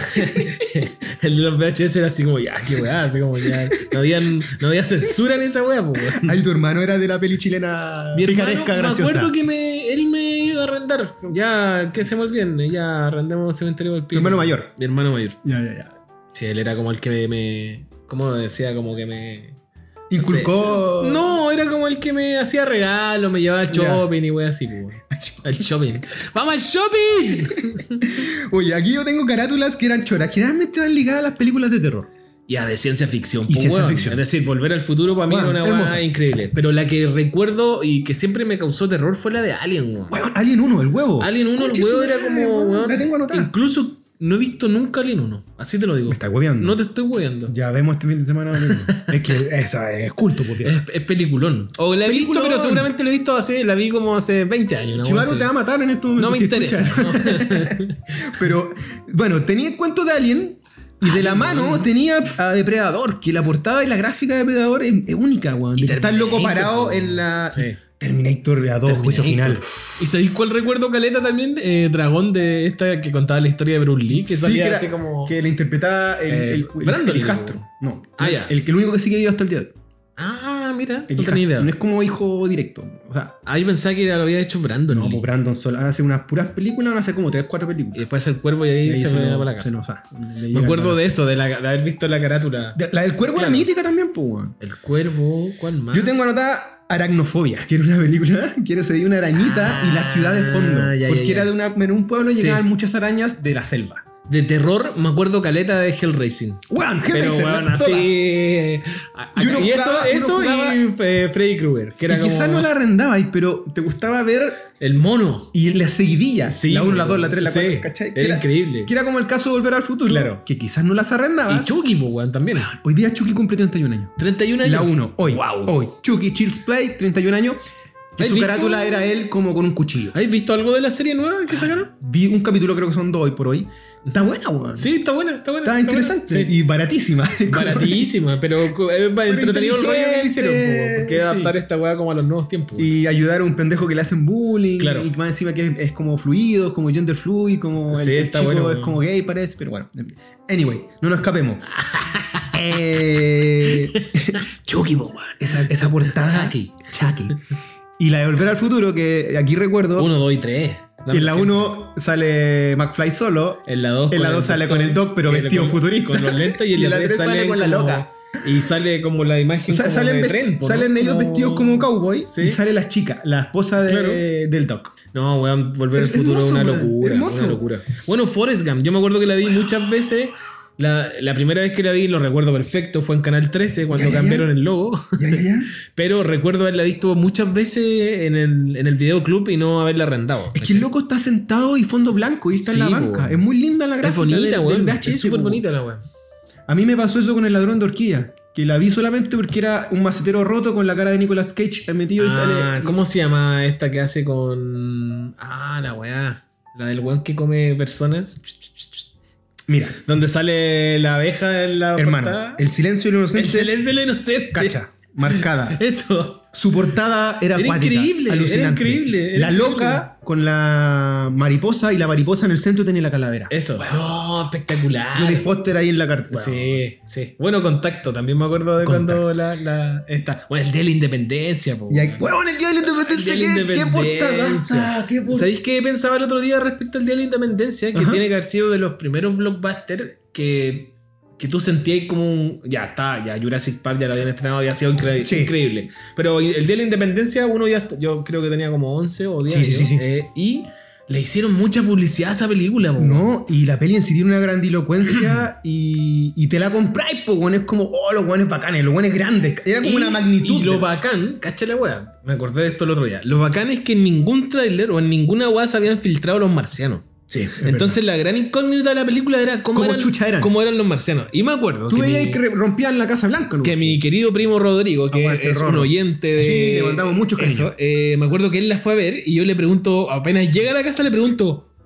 El de los VHS era así como, ya, qué weá, así como ya. No había censura en esa weá, pues, weón. Ahí tu hermano era de la peli chilena Mi hermano, picaresca, me graciosa. acuerdo que él me iba a arrendar. Ya, que hacemos bien, ya arrendemos Cementerio del Tu Pino. hermano mayor. Mi hermano mayor. Ya. Sí, él era como el que me ¿cómo decía? Como que me... Inculcó. No, era como el que me hacía regalos, me llevaba al shopping y wey así, pues. Al shopping. ¡Vamos al shopping! Oye, aquí yo tengo carátulas que eran choras. Generalmente van ligadas a las películas de terror. Y a de ciencia ficción. Y po, ciencia weón. ficción. Es decir, Volver al Futuro para mí Bueno, era una hermoso. weá increíble. Pero la que recuerdo y que siempre me causó terror fue la de Alien, weón. Bueno, Alien 1, el huevo. Alien 1, el Conche huevo su era madre, como, weón. La tengo anotada. Incluso no he visto nunca Alien 1. Así te lo digo. Me estás hueveando. No te estoy hueveando. Ya vemos este fin de semana. Es que esa es culto, por Dios. Es peliculón. O la he visto, Peliculón. pero seguramente lo he visto así. La vi como hace 20 años. una Chimaru weá te va a así. matar en estos momentos. No me si interesa. escuchas. Pero, bueno, tenía el cuento de Alien. Y de la mano tenía a Depredador, que la portada y la gráfica de Depredador es única, weón. Y De que está el loco Terminator, parado weón. en la. Sí. Terminator a 2, juicio final. ¿Y sabéis cuál recuerdo caleta también? Dragón de esta que contaba la historia de Bruce Lee, que Sí, salía que, así como... que le interpretaba el Brandon, hijastro. No. Ah, ya. El luego que sigue vivo hasta el día de hoy. Ah, mira, El no tenía idea. No es como hijo directo. O sea, Yo pensaba que lo había hecho Brandon no, Lee. pues Brandon solo hace unas puras películas, van a hacer como 3, 4 Y películas. después el cuervo y ahí, Y ahí se me lo- va para la casa. se nos va. Le Me llega acuerdo el de eso, de haber visto la carátula. La del cuervo Claro. era mítica también, pues, weón. El cuervo, ¿cuál más? Yo tengo anotada Aracnofobia, que era una película que se veía una arañita y la ciudad de fondo. ya, porque ya. era en un pueblo Sí. llegaban muchas arañas de la selva. De terror me acuerdo caleta de Hellraising. Weón, Pero Hellraiser, weón, todas. así... Y uno Y jugaba- eso uno jugaba- y Freddy Krueger, que era Y quizás como no la arrendabais, pero te gustaba ver el mono. y la seguidilla. Sí, la 1, la 2, la 3, la sí, 4, ¿cachai? era increíble. Que era como el caso de Volver al Futuro. Claro. Que quizás no las arrendabas. Y Chucky, pues, weón, también. Hoy día Chucky cumple 31 años. 31 años. La 1, hoy. Wow. Hoy. Chucky Chills Play, 31 años. Que ¿Has su visto? carátula era él como con un cuchillo. ¿Has visto algo de la serie nueva que sacaron? Vi un capítulo, creo que son 2 hoy por hoy. Está buena, weón. Sí, está buena, está buena. Está interesante. buena. Sí. Y baratísima. Baratísima, pero es entretenido el rollo que le hicieron, inteligente, po, porque adaptar esta weá como a los nuevos tiempos. Y ayudar a un pendejo que le hacen bullying. Claro. Y más encima que es como fluido, como gender fluid, como Sí, el está chico bueno. es como gay, parece. Pero bueno. Anyway, no nos escapemos. Chucky, po, weón. Esa portada. Chucky. Chucky. Y la de Volver al Futuro, que aquí recuerdo. 1, 2 y 3. En la 1 sale McFly solo. En la 2 En la 2 sale con el Doc, pero vestido futurista. Con los lentes y en la 3 sale con la como- loca. Y sale como la imagen O sea, como salen, de tren, po, ¿no? salen ellos Como- vestidos como cowboy Sí. y sale la chica, la esposa Claro. del Doc. No, weón, Volver al Futuro es Hermoso, una weón, locura. hermoso. Una locura. Bueno, Forrest Gump, yo me acuerdo que la vi muchas veces. La primera vez que la vi, lo recuerdo perfecto, fue en Canal 13 cuando Ya, ya, ya. cambiaron el logo. Ya. Pero recuerdo haberla visto muchas veces en el videoclub y no haberla arrendado. Es que el loco está sentado y fondo blanco y está en Sí, la po, banca. weón. Es muy linda la gráfica. Es bonita, del weón. VHS, Es súper po. bonita la weón. A mí me pasó eso con El Ladrón de Orquídea, que la vi solamente porque era un macetero roto con la cara de Nicolas Cage metido y sale. ¿Cómo se llama esta que hace con. La weá. La del weón que come personas. Mira, Donde sale la abeja en la hermano, portada. El silencio de los El inocentes. silencio de lo inocente. Cacha, marcada. Eso. Su portada era Era acuática, increíble, era alucinante. increíble, era La loca con la mariposa y la mariposa en el centro tenía la calavera. Eso. No, espectacular. Jodie Foster ahí en la carta. Sí, sí. Bueno, Contacto. También me acuerdo de cuando esta. Bueno, el Día de la Independencia, po. Y ahí, weón, el día de la independencia, El Día de la ¿qué Independencia. portada? ¿Qué portada? ¿Sabéis qué pensaba el otro día respecto al Día de la Independencia? Que Ajá. tiene que haber sido de los primeros blockbusters que tú sentías como un... Ya está, ya Jurassic Park ya lo habían estrenado, había sido Sí. increíble. Pero el Día de la Independencia, yo creo que tenía como 11 o 10 Sí, sí, años. sí, sí. Y le hicieron mucha publicidad a esa película, po. No, y la peli en sí tiene una grandilocuencia y te la compráis, pues, weón. Es como, oh, los weones bacanes, los weones grandes. Era como una magnitud. Y lo bacán, cacha la weá. Me acordé de esto el otro día. Lo bacán es que en ningún tráiler o en ninguna weá se habían filtrado los marcianos. Sí, es Entonces la gran incógnita de la película era ¿Cómo chucha eran? cómo eran los marcianos. Y me acuerdo Tú que, veías mi, que rompían la Casa Blanca, ¿no? que mi querido primo Rodrigo, que Aguante, es un Rorro. oyente de... Sí, le mandamos muchos cariños. Eso, me acuerdo que él la fue a ver y yo le pregunto, apenas llega a la casa le pregunto,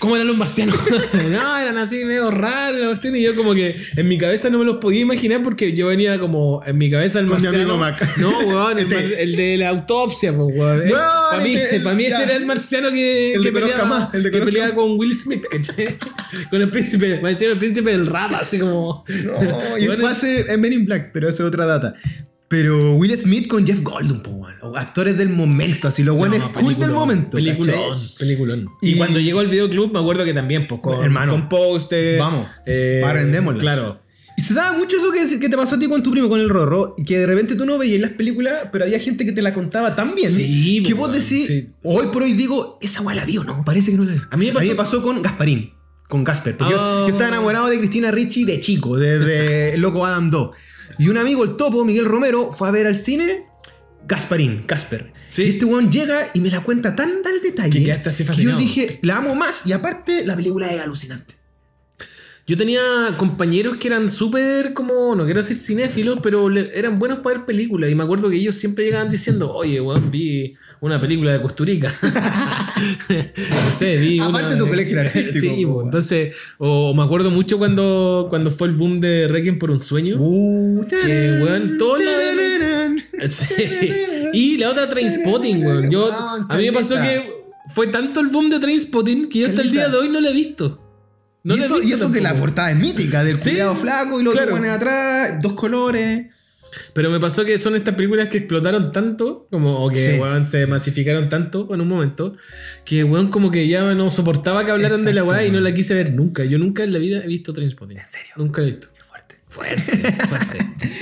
¿Cómo eran los marcianos? No, eran así medio raros la cuestión. Y yo como que en mi cabeza no me los podía imaginar porque yo venía como en mi cabeza el Con mi marciano. amigo Mac. No, weón, el de la autopsia, pues, weón. Para mí ese era el marciano que peleaba, que peleaba con Will Smith, ¿cachai? Con el príncipe, me decía el príncipe del rap, así como... No, y después hace Men in Black, pero esa es otra data. Pero Will Smith con Jeff Goldblum, po, bueno, actores del momento, así los buenos cool del momento. Peliculón. Y cuando llegó al videoclub, me acuerdo que también, pues, con póster. Vamos, arrendémosla. Claro. Y se daba mucho eso que te pasó a ti con tu primo, con el Rorro, que de repente tú no veías las películas, pero había gente que te la contaba tan bien que vos decís, hoy por hoy digo, esa weá la vi o no, parece que no la vi. A mí me pasó con Gasparín, con Gasper, porque yo estaba enamorado de Cristina Ricci de chico, desde Loco Adam 2. Y un amigo, el topo, Miguel Romero, fue a ver al cine Gasparín, Casper. Sí. Y este weón llega y me la cuenta tan al detalle que quedaste así fascinado. Que yo dije, la amo más. Y aparte, la película es alucinante. Yo tenía compañeros que eran súper como, no quiero decir cinéfilos, pero eran buenos para ver películas. Y me acuerdo que ellos siempre llegaban diciendo, oye, weón, vi una película de Kusturica. No sé, vi aparte tu colegio era artístico. Sí, pues, entonces, o me acuerdo mucho cuando fue el boom de Requiem por un sueño. Que, weón, todo sí. Y la otra Trainspotting, weón. A mí me pasó que fue tanto el boom de Trainspotting que yo hasta el día de hoy no la he visto. No y eso que la portada es mítica, del cuidado flaco y los otros ponen atrás, 2 colores. Pero me pasó que son estas películas que explotaron tanto, como que weón, se masificaron tanto en un momento, que weón como que ya no soportaba que hablaran de la weá y no la quise ver nunca. Yo nunca en la vida he visto Trainspotting. ¿En serio? Nunca la he visto. Fuerte.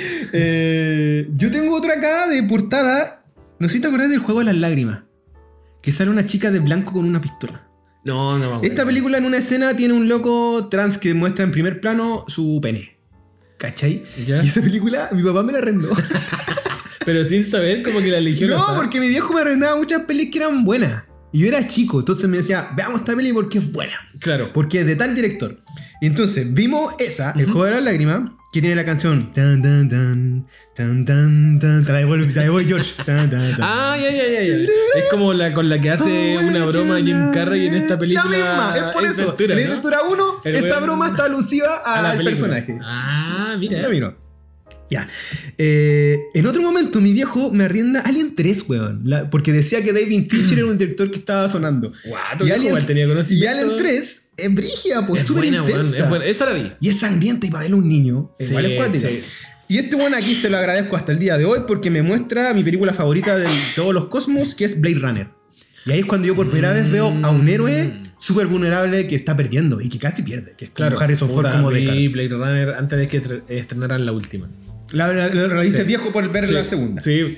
Yo tengo otra acá de portada. No sé si te acordás del juego de las lágrimas. Que sale una chica de blanco con una pistola. No me acuerdo. Esta película en una escena tiene un loco trans que muestra en primer plano su pene. ¿Cachai? ¿Ya? Y esa película mi papá me la arrendó. Pero sin saber como que la eligió. No, porque mi viejo me arrendaba muchas pelis que eran buenas. Y yo era chico, entonces me decía, veamos esta peli porque es buena. Claro. Porque es de tal director. Y entonces vimos esa, El juego de las lágrimas, que tiene la canción tan tan tan tan tan tan la de Boy George. Tan, tan, tan. Ya. Es como la con la que hace una broma Jim Carrey en esta película. La misma, es por eso. En Ventura 1, esa broma está alusiva al personaje. Mira. Ya. En otro momento, mi viejo me arrienda Alien 3, weón. Porque decía que David Fincher era un director que estaba sonando. Y Alien, tenía conocimiento. Y Alien 3 es brígida, pues súper intensa. Es buena. Esa la vi. Y es sangrienta y para verle a un niño. Igual es cuática. Sí. Y este weón aquí se lo agradezco hasta el día de hoy porque me muestra mi película favorita de todos los cosmos, que es Blade Runner. Y ahí es cuando yo por primera vez veo a un héroe súper vulnerable que está perdiendo y que casi pierde. Que es como Harrison Ford como de Blade Runner antes de que estrenaran la última. La realista viejo por ver la segunda. Sí.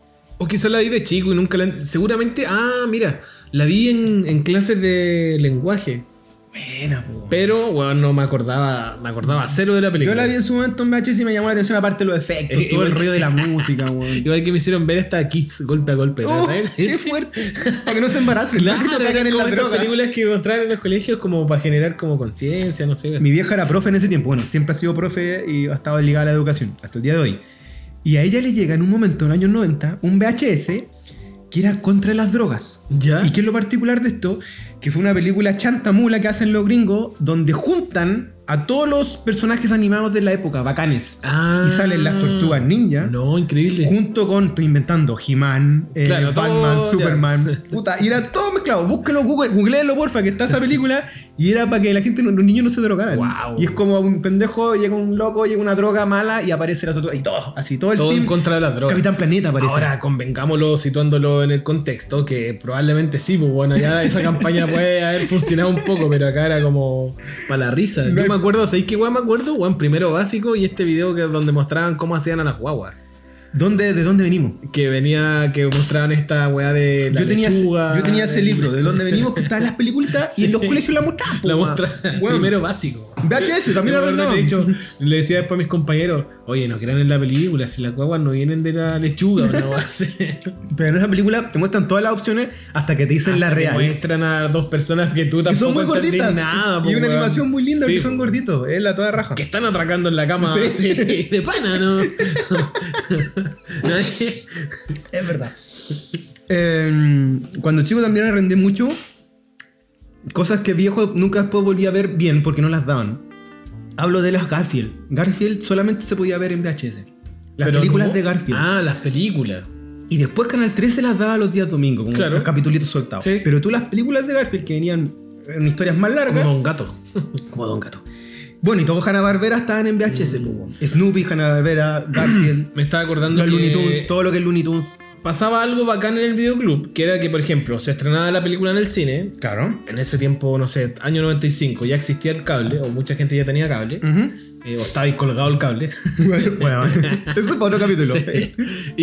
O quizás la vi de chico y nunca la... Seguramente... mira. La vi en clases de lenguaje. Buena, po. Pero, bueno, no me acordaba cero de la película. Yo la vi en su momento en VHS y me llamó la atención aparte de los efectos, todo el rollo de la música, weón. Igual que me hicieron ver esta Kids golpe a golpe. ¡Qué fuerte! Para que no se embaracen, claro, que no caigan en la droga. Películas que mostraron en los colegios como para generar como conciencia, no sé. Mi vieja era profe en ese tiempo. Bueno, siempre ha sido profe y ha estado ligada a la educación hasta el día de hoy. Y a ella le llega en un momento, en los años 90, un VHS que era contra las drogas. ¿Ya? ¿Y qué es lo particular de esto? Que fue una película chantamula que hacen los gringos donde juntan a todos los personajes animados de la época, bacanes. Y salen las tortugas ninja. No, increíble. Junto con, estoy inventando, He-Man, claro, Batman, Superman. Puta, y era todo mezclado. Búsquenlo, googleenlo porfa, que está esa película. Y era para que la gente, los niños no se drogaran. Wow. Y es como un pendejo, llega un loco, llega una droga mala y aparece la tortuga. Y todo, así, todo el todo team. En contra de las drogas. Capitán Planeta aparece. Ahora, convengámoslo, situándolo en el contexto, que probablemente sí, pues bueno, ya esa campaña puede haber funcionado un poco, pero acá era como para la risa. Yo me acuerdo, ¿sabéis qué weón me acuerdo? Weón, primero básico y este video donde mostraban cómo hacían a las guaguas. ¿De dónde venimos? Que mostraban esta weá de la lechuga. Yo tenía ese libro, ¿de dónde venimos? Que está en las películas y en los colegios la mostraban. La mostraban primero básico. VHS, también la arrendaban. De hecho, le decía después a mis compañeros, oye, no crean en la película, si las guaguas no vienen de la lechuga. Pero en esa película te muestran todas las opciones hasta que te dicen la real. Te muestran a dos personas que tú tampoco son muy gorditas. Nada. Y una animación muy linda que son gorditos. Es la toda raja. Que están atracando en la cama de pana, ¿no? Es verdad. Cuando chico también arrendé mucho cosas que viejo nunca después volví a ver bien porque no las daban. Hablo de las Garfield. Garfield solamente se podía ver en VHS. Las Pero películas no. de Garfield. Ah, las películas. Y después Canal 13 las daba los días domingos, como Claro. los capitulitos soltados. Sí. Pero tú las películas de Garfield que venían en historias más largas, Como Don Gato. como Don Gato. Bueno, y todos Hanna-Barbera estaban en VHS. Snoopy, Hanna-Barbera, Garfield, Me estaba acordando los que Looney Tunes, todo lo que es Looney Tunes. pasaba algo bacán en el videoclub, que era que, por ejemplo, se estrenaba la película en el cine. Claro. En ese tiempo, no sé, año 95, ya existía el cable, o mucha gente ya tenía cable, o estaba ahí colgado el cable. Bueno, eso es para otro capítulo. Sí.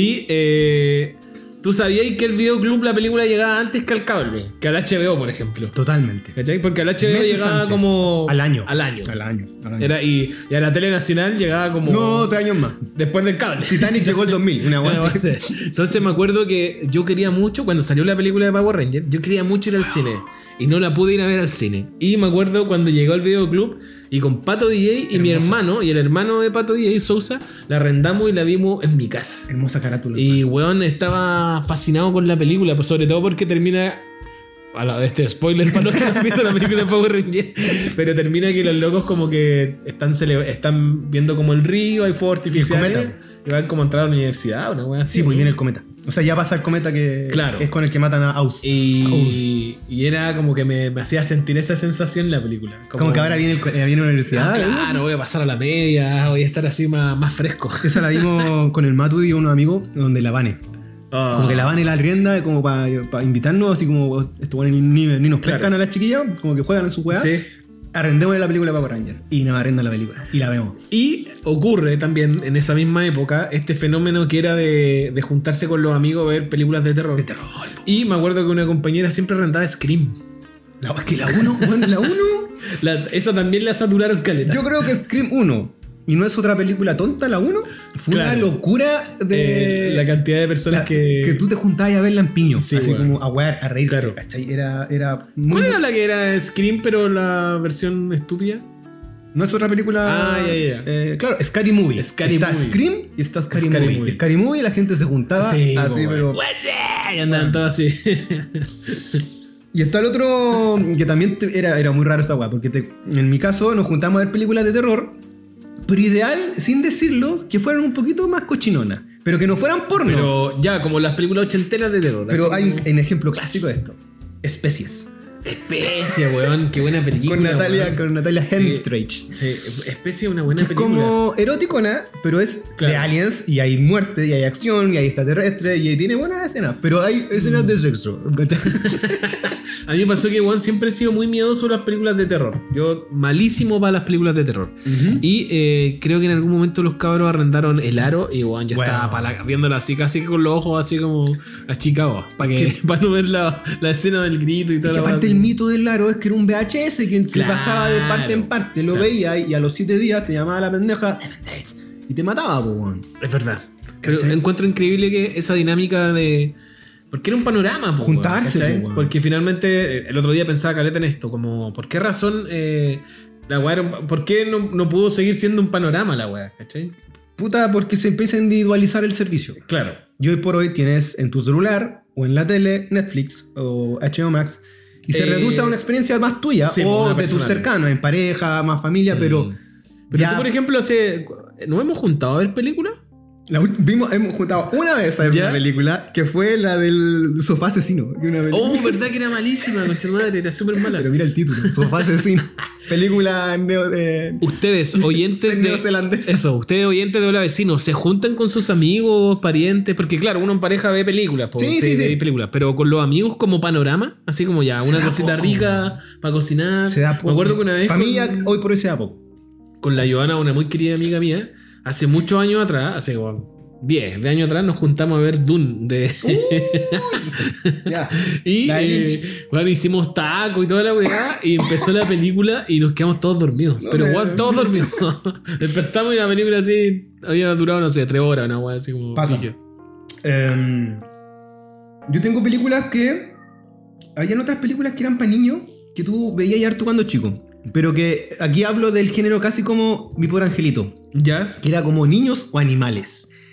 Y tú sabías que el videoclub, la película llegaba antes que al cable, que al HBO, por ejemplo. Totalmente. ¿Cachai? Porque al HBO Meses llegaba antes. como... Al año. Al año. Al año. Y a la tele nacional llegaba como... No, 3 años más. Después del cable. Titanic llegó el 2000, una Bueno, guay así. entonces me acuerdo que yo quería mucho, cuando salió la película de Power Rangers, yo quería mucho ir al cine. Y no la pude ir a ver al cine. Y me acuerdo cuando llegó al videoclub y con Pato DJ y mi hermano, y el hermano de Pato DJ, Sousa, la arrendamos y la vimos en mi casa. Hermosa carátula. Y weón estaba fascinado con la película, pues sobre todo porque termina... A la vez spoiler para los que han visto la película de Power Rangers. Pero termina que los locos como que están viendo como el río, hay fuegos artificiales. cometa. Y van como a entrar a la universidad, una wea así. Sí, pues viene el cometa. O sea, ya pasa el cometa que Claro. es con el que matan a Aus. Y era como que me hacía sentir esa sensación la película. Como que ahora viene la universidad. Claro, voy a pasar a la media, voy a estar así más fresco. Esa la vimos con el Matu y unos amigos donde la Vane. Ah. Como que la Vane la rienda como para invitarnos, así como esto bueno, ni nos Claro. pescan a las chiquillas, como que juegan en su weá. Sí. Arrendémosle la película Power Ranger. Y nos arrendan la película. Y la vemos. Y ocurre también en esa misma época este fenómeno que era de juntarse con los amigos a ver películas de terror. Y me acuerdo que una compañera siempre rentaba Scream. Es que la 1, bueno, la 1. Esa también la saturaron caleta. Yo creo que Scream 1. Y no es otra película tonta, la 1. Fue Claro. una locura de. La cantidad de personas que tú te juntabas a verla en piño. Sí, así bueno. como a wear, a reír. Claro. ¿Cachai? Era muy. ¿Cuál era la que era Scream pero la versión estúpida? No es otra película. Ah, ya. Claro, Scary Movie. Scary está Movie. Scream y está Scary, Scary Movie. Movie. Scary Movie la gente se juntaba así, como, pero. Y andaban todos así. Y está el otro que también era muy raro esta weá, porque en mi caso nos juntamos a ver películas de terror, pero ideal, sin decirlo, que fueran un poquito más cochinonas, pero que no fueran porno. Pero ya, como las películas ochenteras de terror. Pero así hay como- un ejemplo clásico de esto. Especies. Especia, weón, qué buena película. Con Natalia weón. Sí. Henstridge. Sí, Especia es una buena Que es película. como eroticona, pero es Claro. de aliens y hay muerte y hay acción y hay extraterrestres y tiene buenas escenas, pero hay escenas de sexo. A mí me pasó que Juan siempre he sido muy miedoso a las películas de terror. Yo malísimo para las películas de terror. Y creo que en algún momento los cabros arrendaron El Aro y Juan yo Bueno. estaba viéndola así casi con los ojos así como achicados para no ver la escena del grito y Es todo. que aparte el mito del aro es que era un VHS que se Claro. pasaba de parte en parte, lo Claro. veía y a los 7 días te llamaba la pendeja 7 days, y te mataba, po, weón. Es verdad. Pero ¿Cachai? encuentro increíble que esa dinámica de... Porque era un panorama, po, Juntarse, ¿cachai? po, weón. Porque finalmente el otro día pensaba caleta en esto, como ¿por qué razón la weá por qué no pudo seguir siendo un panorama la weá? ¿Cachai? Puta, porque se empieza a individualizar el servicio. Claro. Y hoy por hoy tienes en tu celular o en la tele Netflix o HBO Max y se reduce a una experiencia más tuya sí, o una de tus personal. cercanos, en pareja, más familia, pero Pero ya tú, por ejemplo, ¿nos hemos juntado a ver películas? hemos juntado una vez a ver ¿Ya? una película que fue la del sofá asesino. Que una película- Oh, verdad que era malísima, concha madre, era súper mala. Pero mira el título, Sofá asesino. Película Ustedes, oyentes de. neozelandesa. Eso, ustedes, oyentes de Hola Vecino, ¿se juntan con sus amigos, parientes? Porque, claro, uno en pareja ve películas. Sí, sí, ve sí. películas. Pero con los amigos, como panorama, así como ya, Se una da cosita poco. rica para cocinar. Se da poco. Me acuerdo que una vez. Para mí ya hoy por hoy se da poco. Con la Joana, una muy querida amiga mía, hace muchos años atrás, hace como 10 de años atrás, nos juntamos a ver Dune de. Ya. Y La de Lynch. bueno, hicimos taco y toda la weá. Y empezó la película y nos quedamos todos dormidos. No pero me- weón, todos dormidos. Despertamos y la película así había durado, no sé, 3 horas, una weá así como. Pasa. brígido. Yo tengo películas que. Habían otras películas que eran para niños que tú veías harto cuando chico. Pero que aquí hablo del género casi como Mi Pobre Angelito. ¿Ya? Que era como niños o animales.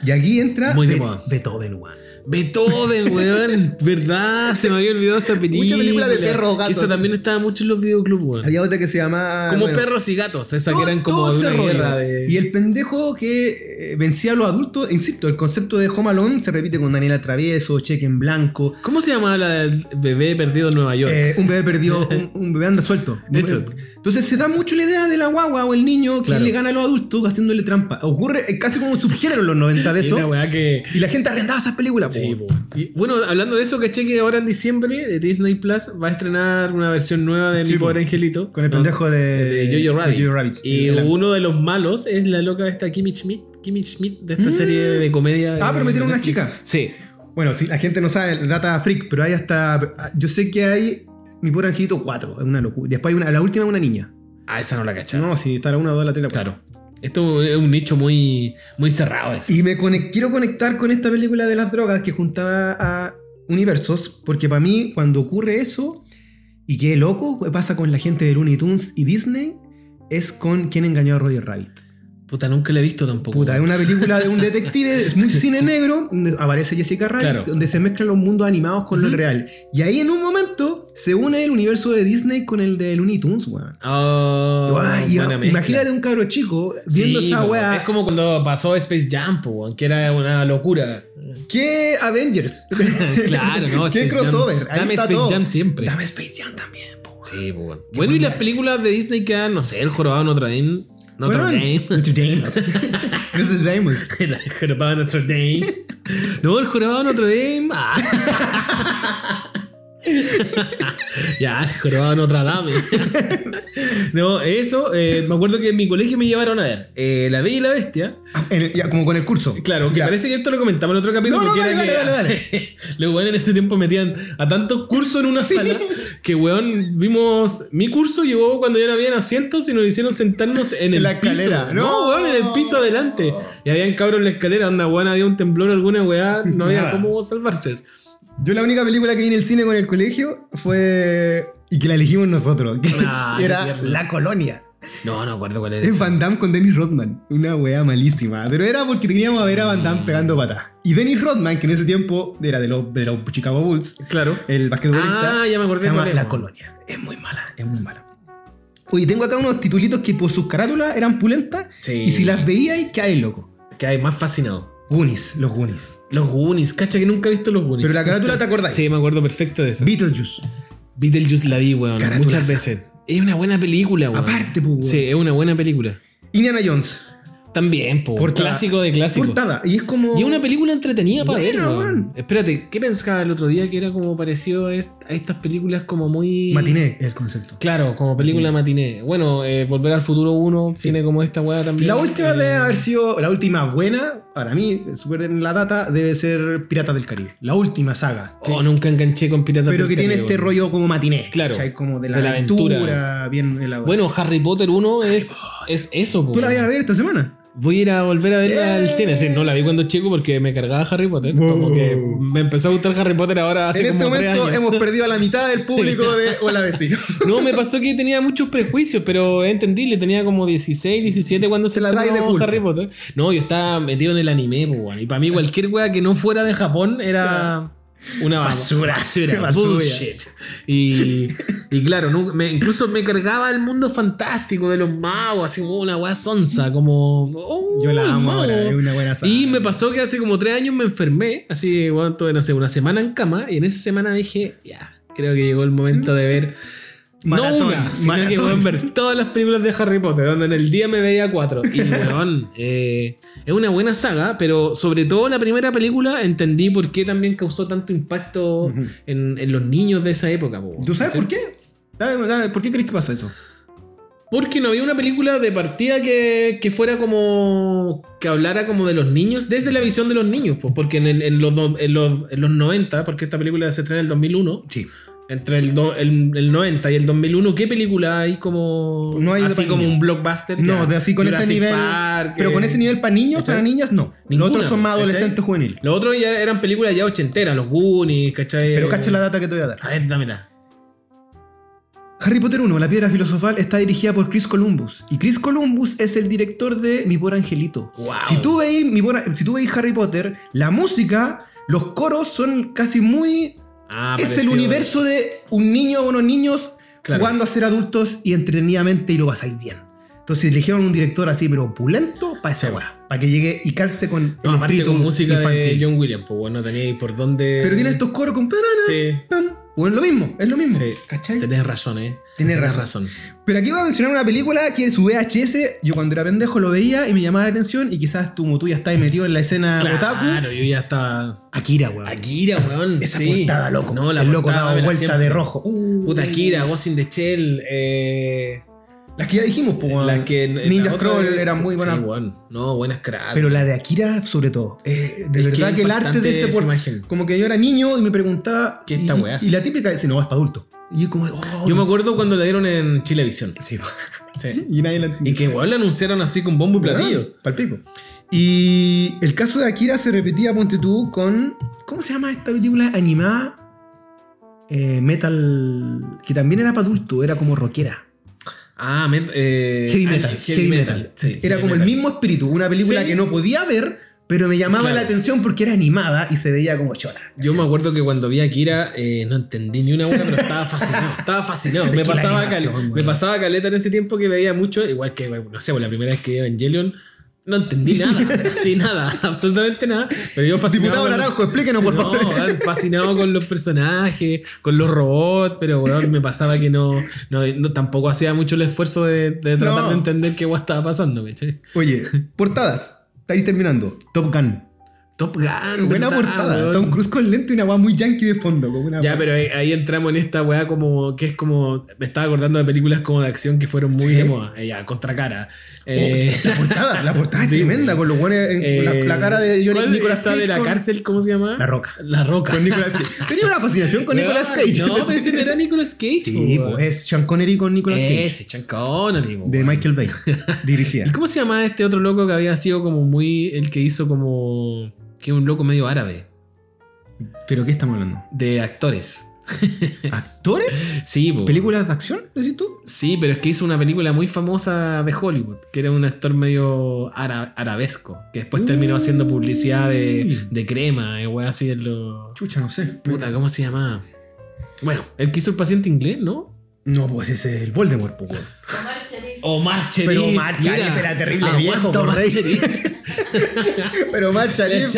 Y aquí entra Muy de moda. Beethoven, weón. Beethoven, weón. ¿Verdad? Se me había olvidado esa película. Mucha película de perros, gatos. Que eso también estaba mucho en los videoclubs, weón. Había otra que se llamaba... Como bueno, perros y gatos. Esa que todo- eran como todo de ese una rollo. guerra de... Y el pendejo que vencía a los adultos, insisto, el concepto de Home Alone se repite con Daniela Travieso, Cheque en Blanco. ¿Cómo se llamaba la del bebé perdido en Nueva York? Un bebé perdió, un bebé anda suelto. Eso. Entonces se da mucho la idea de la guagua o el niño que Claro. le gana a los adultos haciéndole trampa. Ocurre casi como un subgénero en los 90 de Y una eso. weá que... Y la gente arrendaba esas películas. Sí, po. po. Y, bueno, hablando de eso, caché que ahora en diciembre Disney Plus va a estrenar una versión nueva de Sí, Mi Pobre po. Angelito. Con el ¿no? pendejo de Jojo Rabbit. Jojo Rabbit. Y uno de los malos es la loca esta Kimmy Schmidt de esta serie de comedia. Pero metieron de una chica. Sí. Bueno, si la gente no sabe, Data Freak, pero hay hasta... Yo sé que hay Mi Pobre Angelito 4, es una locura. Después hay la última es una niña. Ah, esa no la cachaba. No, sí, está la 1, 2, la 3, la 4. Claro. Esto es un nicho muy, muy cerrado. Ese. Y quiero conectar con esta película de las drogas que juntaba a universos, porque para mí, cuando ocurre eso, y qué loco pasa con la gente de Looney Tunes y Disney, es con Quien engañó a Roger Rabbit. Puta, nunca la he visto tampoco. Puta, es una película de un detective, es muy cine negro, donde aparece Jessica Rabbit, Claro. donde se mezclan los mundos animados con lo real. Y ahí en un momento se une el universo de Disney con el de Looney Tunes, weón. Oh, Y buena mezcla. imagínate un cabro chico viendo Sí, esa po. weá. Es como cuando pasó Space Jam, po, que era una locura. ¿Qué Avengers? Claro, ¿no? ¿Qué Space crossover? Jam. Ahí Dame está Space todo. Jam siempre. Dame Space Jam también, po. Sí, pues bueno. Bueno, y las películas de Disney que dan, no sé, El Jorobado de Notre Dame. Notre Dame. Notre Dame. Mrs. Ramos. El Jorobado de Notre Dame. No, El Jorobado de Notre Dame. Ah. Ya, El Jorobado de Notre Dame. No, eso, me acuerdo que en mi colegio me llevaron a ver La Bella y la Bestia. Ya, como con el curso. Claro, que Ya. parece que esto lo comentamos en otro capítulo. No, que dale, era dale. Los weones en ese tiempo metían a tantos cursos en una sala que, weón, vimos. Mi curso llegó cuando ya no habían asientos y nos hicieron sentarnos en el la escalera. piso. No, weón, en el piso adelante. Y habían cabros en la escalera, onda, weón, había un temblor, alguna weá, no había Nada. cómo salvarse. Yo la única película que vi en el cine con el colegio fue... Y que la elegimos nosotros. Que Ah, qué era tierno. La Colonia. No acuerdo cuál era. Es ese. Van Damme con Dennis Rodman. Una weá malísima. Pero era porque teníamos a ver a Van Damme pegando patas. Y Dennis Rodman, que en ese tiempo era de los Chicago Bulls, Claro. el basquetbolista, Ah, ya me acordé se llama cuál es. La Colonia. Es muy mala, es muy mala. Oye, tengo acá unos titulitos que por sus carátulas eran pulentas. Sí. Y si las veíais, caes loco. Que hay más fascinado. Goonies, los Goonies. Los Goonies, cacha que nunca he visto los Goonies. Pero la carátula te acordáis. Sí, me acuerdo perfecto de eso. Beetlejuice. Beetlejuice la vi, weón, Caratulaza. muchas veces. Es una buena película, weón. Aparte, pues, weón. Sí, es una buena película. Indiana Jones. También, po. Portada. Clásico de clásico. Portada. Y es como... Y es una película entretenida para ver, Buena, weón. weón. Espérate, ¿qué pensaba el otro día que era como parecido a estas películas como muy... Matiné es el concepto. Claro, como película matiné. Bueno, Volver al Futuro 1 tiene como esta weá también. La última debe haber sido... La última buena, para mí, súper en la data, debe ser Piratas del Caribe. La última saga. Oh, nunca enganché con Piratas Pero del que tiene Caribe, este weón. rollo como matiné. Claro. ¿cachai? Como de De la la aventura, aventura. bien elaborada. Bueno, Harry Potter 1 es eso, po. ¿Tú la vas a ver esta semana? Voy a ir a volver a verla al cine. Sí, no la vi cuando chico porque me cargaba Harry Potter. Como Wow. que me empezó a gustar Harry Potter ahora hace En este como 3 momento años. hemos perdido a la mitad del público de Hola Vecino. No, me pasó que tenía muchos prejuicios, pero es entendible. Tenía como 16, 17 cuando se la dais de estrenó culto. Harry Potter. No, yo estaba metido en el anime, po, weón. Y para mí cualquier wea que no fuera de Japón era una Basura. basura, Basura. bullshit. Y claro, incluso me cargaba el mundo fantástico de los magos, así como una wea sonsa, como... oh, Yo la amo mago. ahora, es una buena saga. Y me pasó que hace como 3 años me enfermé, así, bueno, tuve, no sé, una semana en cama, y en esa semana dije, ya, creo que llegó el momento de ver... Maratón, no una, sino que maratón. pueden ver todas las películas de Harry Potter, donde en el día me veía 4. Y weón, es una buena saga, pero sobre todo la primera película entendí por qué también causó tanto impacto en los niños de esa época. Po. ¿Tú sabes por qué? ¿Por qué crees que pasa eso? Porque no había una película de partida que fuera como... que hablara como de los niños desde la visión de los niños. Pues, porque en los 90, porque esta película se estrena en el 2001... Sí. Entre el 90 y el 2001, ¿qué película hay como No hay de así pa' como niños. un blockbuster? No, Ya. de así con Jurassic ese nivel. Park, pero con ese nivel para niños, ¿cachai? para niñas, no. Ninguna, Los otros son más ¿cachai? adolescentes juveniles. Los otros ya eran películas ya ochenteras, los Goonies, ¿cachai? Pero cacha la data que te voy a dar. A ver, dámela. Harry Potter 1, La Piedra Filosofal, está dirigida por Chris Columbus. Y Chris Columbus es el director de Mi Pobre Angelito. Wow. Si tú veis Harry Potter, la música, los coros son casi muy... es el universo de un niño o unos niños jugando a ser adultos y entretenidamente y lo pasáis bien. Entonces eligieron un director así, pero opulento, para esa weá. Para que llegue y calce con el espíritu con música infantil. de John Williams, pues bueno, tenéis por dónde... Pero tiene estos coros con... Sí. Bueno, es lo mismo. Sí. ¿Cachai? Tenés razón, Tenés razón. Pero aquí voy a mencionar una película que su VHS, yo cuando era pendejo lo veía y me llamaba la atención, y quizás tú ya estás metido en la escena otaku. Claro, yo ya estaba... Akira, weón. Esa portada, loco. No, la el loco portada daba vuelta siempre. de rojo. Puta, Akira, Ghost in the Shell, las que ya dijimos, pues, weón. las que... Ninja la otra Scroll eran muy buenas. Sí, bueno. No, buenas cracks. Pero la de Akira, sobre todo. De verdad que el arte de ese... imagen. Como que yo era niño y me preguntaba... ¿Qué esta weá? Y la típica dice, no, es para adulto. Y yo como... Yo me acuerdo cuando la dieron en Chilevisión. Sí. Sí. Y nadie la... Y que igual la anunciaron así con bombo y platillo. Palpico. Y el caso de Akira se repetía, ponte tú, con... ¿Cómo se llama esta película animada? Metal... Que también era para adulto, era como rockera. Heavy Metal. Sí, era como el mismo espíritu. Una película que no podía ver, pero me llamaba la atención porque era animada y se veía como chora. Yo me acuerdo que cuando vi a Akira no entendí ni una hora, pero estaba fascinado. Me pasaba caleta en ese tiempo que veía mucho, igual que, no sé, la primera vez que vi Evangelion. No entendí nada, así nada, absolutamente nada. Pero yo fascinado. Diputado Naranjo, explíquenos por favor. No, fascinado con los personajes, con los robots, pero weón, me pasaba que no tampoco hacía mucho el esfuerzo de tratar de entender qué estaba pasando, ¿cachai? Oye, portadas. Estáis terminando. Top Gun. Buena portada. Weón. Tom Cruise con lente y una weá muy yankee de fondo. Como una ya, pero ahí entramos en esta weá como que es como... Me estaba acordando de películas como de acción que fueron muy de moda. Ya, Contracara. La portada es tremenda, con los buenos la cara de Nicolas Cage. De la cárcel, ¿cómo se llama? La Roca. Con Nicolas Cage. Tenía una fascinación con Nicolas Cage. No, pero ese no era Nicolas Cage. Sí, pues es Sean Connery con Nicolas Cage. Ese, Sean Connery. De Michael Bay. Dirigida. ¿Y cómo se llama este otro loco que había sido como muy... El que hizo como... Que es un loco medio árabe. ¿Pero qué estamos hablando? De actores. ¿Actores? Sí, po. ¿Películas de acción? ¿Decís tú? Sí, pero es que hizo una película muy famosa de Hollywood, que era un actor medio arabesco, que después terminó haciendo publicidad de crema, wey, así en lo... Chucha, no sé. Puta, ¿cómo se llamaba? Bueno, el que hizo El Paciente Inglés, ¿no? No, pues ese es el Voldemort, pues. Omar Sharif. Pero Omar Sharif era terrible viejo, Omar Sharif. Pero Omar Sharif.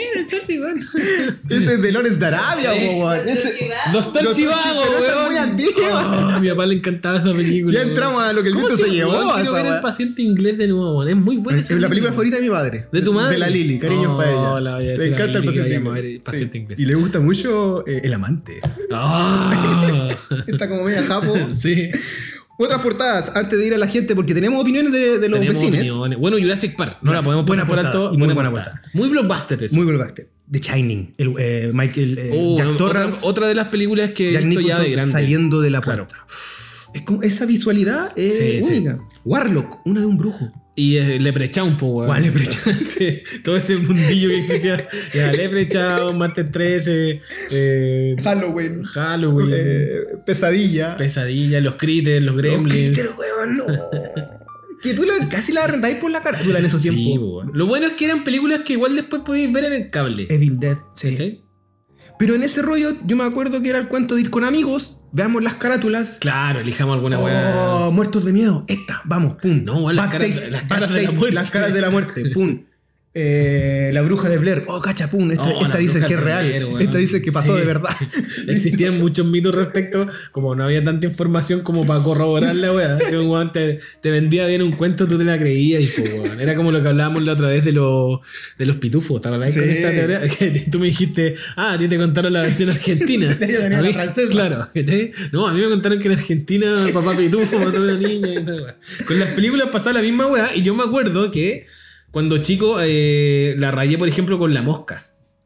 Ese es de Lawrence de Arabia, weón. Doctor Chivago, pero esa es muy antigua. A mi papá le encantaba esa película. Ya entramos a lo que el viento se llevó. Quiero ver El Paciente Inglés de nuevo, es muy buena. Es la película favorita de mi madre. ¿De tu madre? De la Lili, cariños para ella. Le encanta El Paciente Inglés. Y le gusta mucho El Amante. Está como media japo. Sí. Otras portadas, antes de ir a la gente, porque tenemos opiniones de los vecinos. Bueno, Jurassic Park, no la podemos poner por alto. Muy buena portada. Muy blockbuster eso. Muy blockbuster. The Shining, Jack Torrance. Otra de las películas que he visto ya de grande. Saliendo de la puerta. Es como, esa visualidad es única. Sí. Warlock, una de un brujo. Y Leprechaun, po, weón. ¿Cuál Leprechaun? Sí, todo ese mundillo que existía. Leprechaun, Martes 13, Halloween. Pesadilla, los Critters, los Gremlins. Los Critters, weón, no. Que tú casi la arrendáis por la carátula en esos tiempos. Sí, weón. Lo bueno es que eran películas que igual después podéis ver en el cable. Evil Dead, sí. ¿Sí? Pero en ese rollo, yo me acuerdo que era el cuento de ir con amigos, veamos las carátulas. Claro, elijamos alguna weá. Muertos de miedo. Esta, vamos, pum. No, las caras de la muerte, pum. La bruja de Blair. Cacha, pum. Esta dice que es real. Blair, esta dice que pasó de verdad. Existían muchos mitos respecto, como no había tanta información como para corroborar la weá. Si un weón te vendía bien un cuento, tú te la creías. Y, weón, era como lo que hablábamos la otra vez de los pitufos. ¿Te acordás con esta teoría? Que tú me dijiste, a ti te contaron la versión argentina. A mí, francesa. Claro. No, a mí me contaron que en Argentina papá pitufo mató a una niña y tal, weá. Con las películas pasaba la misma weá. Y yo me acuerdo que cuando chico la rayé, por ejemplo, con La Mosca.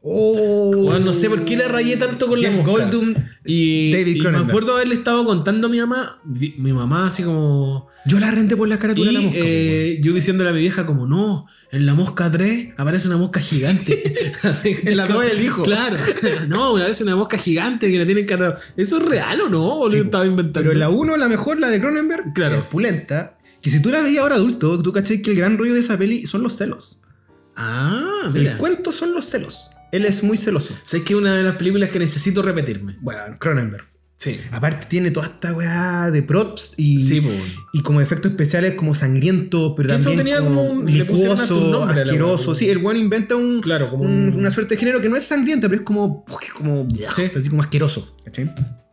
Oh, No sé por qué le rayé tanto con Jeff la mosca. Goldblum, Y David me Cronenberg. acuerdo haberle estado contando a mi mamá. Mi mamá así como... Yo la renté por la carátula Y de la mosca. yo diciéndole a mi vieja como, no, en la mosca 3 aparece una mosca gigante. Así, En la 2 el hijo. Claro. No, aparece una mosca gigante que la tienen que atrapar. ¿Eso es real o no? ¿O Sí, lo estaba inventando? Pero en la 1, la mejor, la de Cronenberg, Claro. es pulenta. Que si tú la veías ahora adulto, tú cachai que el gran rollo de esa peli son los celos. Ah, mira. El cuento son los celos. Él es muy celoso. Sé que es una de las películas que necesito repetirme. Bueno, Cronenberg. Sí. Aparte tiene toda esta weá de props y, Sí, po. y como efectos especiales como sangrientos, pero Que eso también tenía como un- le pusieron hasta un licuoso, nombre a la asqueroso. weá. Sí, el weón inventa Claro, como un- una suerte de género que no es sangrienta, pero es como Sí. así como asqueroso. ¿Cachai?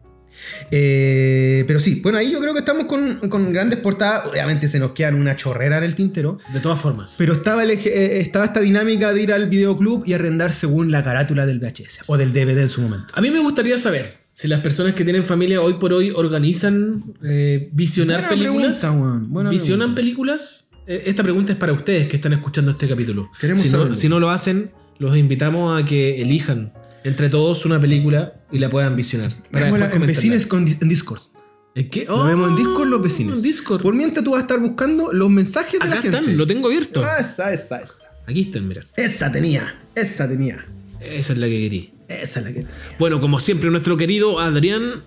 Pero sí, bueno, ahí yo creo que estamos con grandes portadas. Obviamente se nos quedan una chorrera en el tintero. De todas formas. Pero estaba esta dinámica de ir al videoclub y arrendar según la carátula del VHS o del DVD en su momento. A mí me gustaría saber si las personas que tienen familia hoy por hoy organizan visionar Buena películas. pregunta, weón. Buena ¿Visionan pregunta. películas? Esta pregunta es para ustedes que están escuchando este capítulo. Queremos Si saberlo. no lo hacen, los invitamos a que elijan entre todos una película y la puedan visionar. Para Veámosla después en comentarla. vecines en Discord. ¿En qué? Nos vemos en Discord los vecinos. En Discord. Por mientras tú vas a estar buscando los mensajes de Acá la gente. están, lo tengo abierto. Ah, esa. Aquí están, mira. Esa tenía. Esa es la que quería. Esa es la que tenía. Bueno, como siempre, nuestro querido Adrián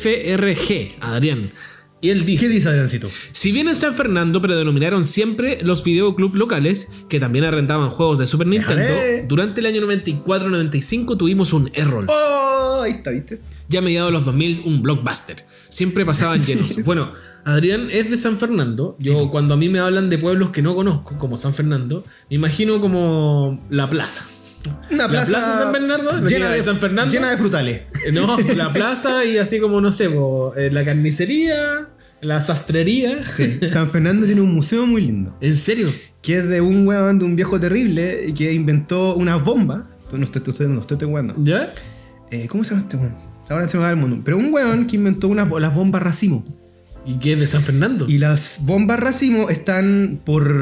FRG. Adrián. Y él dice... ¿Qué dice Adriancito? Si bien en San Fernando predominaron siempre los videoclubs locales, que también arrendaban juegos de Super Nintendo, Déjale. durante el año 94-95 tuvimos un Errol. Oh, ahí está, ¿viste? Ya a mediados de los 2000, un Blockbuster. Siempre pasaban llenos. Bueno, Adrián es de San Fernando. Yo, cuando a mí me hablan de pueblos que no conozco, como San Fernando, me imagino como La Plaza. Una La plaza San Bernardo, llena de San Fernando. Llena de frutales. No, la plaza y así como, no sé, la carnicería, la sastrería. Sí. San Fernando tiene un museo muy lindo. ¿En serio? Que es de un weón, de un viejo terrible que inventó unas bombas. No estoy jugando. ¿Ya? ¿Cómo se llama este weón? Ahora se me va el mundo. Pero un weón que inventó las bombas racimo. ¿Y qué es de San Fernando? Y las bombas racimo están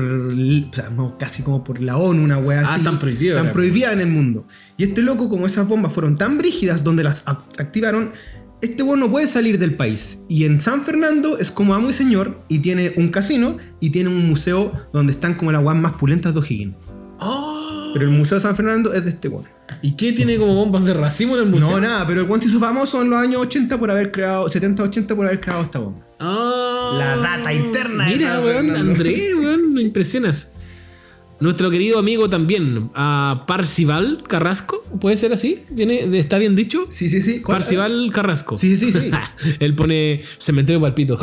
o sea, no, casi como por la ONU, una wea así. están prohibidas. Están prohibidas en el mundo. Y este loco, como esas bombas fueron tan brígidas donde las activaron, este weón no puede salir del país. Y en San Fernando es como amo y señor, y tiene un casino, y tiene un museo donde están como las weas más pulentas de O'Higgins. Oh. Pero el museo de San Fernando es de este weón. ¿Y qué tiene como bombas de racimo en el museo? No, nada, pero el weón se hizo famoso en los años 80 por haber creado, 70-80 por haber creado esta bomba. Ah. La data interna de Mira, San weón, Fernando. André, weón, me impresionas. Nuestro querido amigo también, Parcival Carrasco, ¿puede ser así? ¿Está bien dicho? Sí. ¿Cuál? Parcival Carrasco. Sí. Él pone Cementerio Palpito.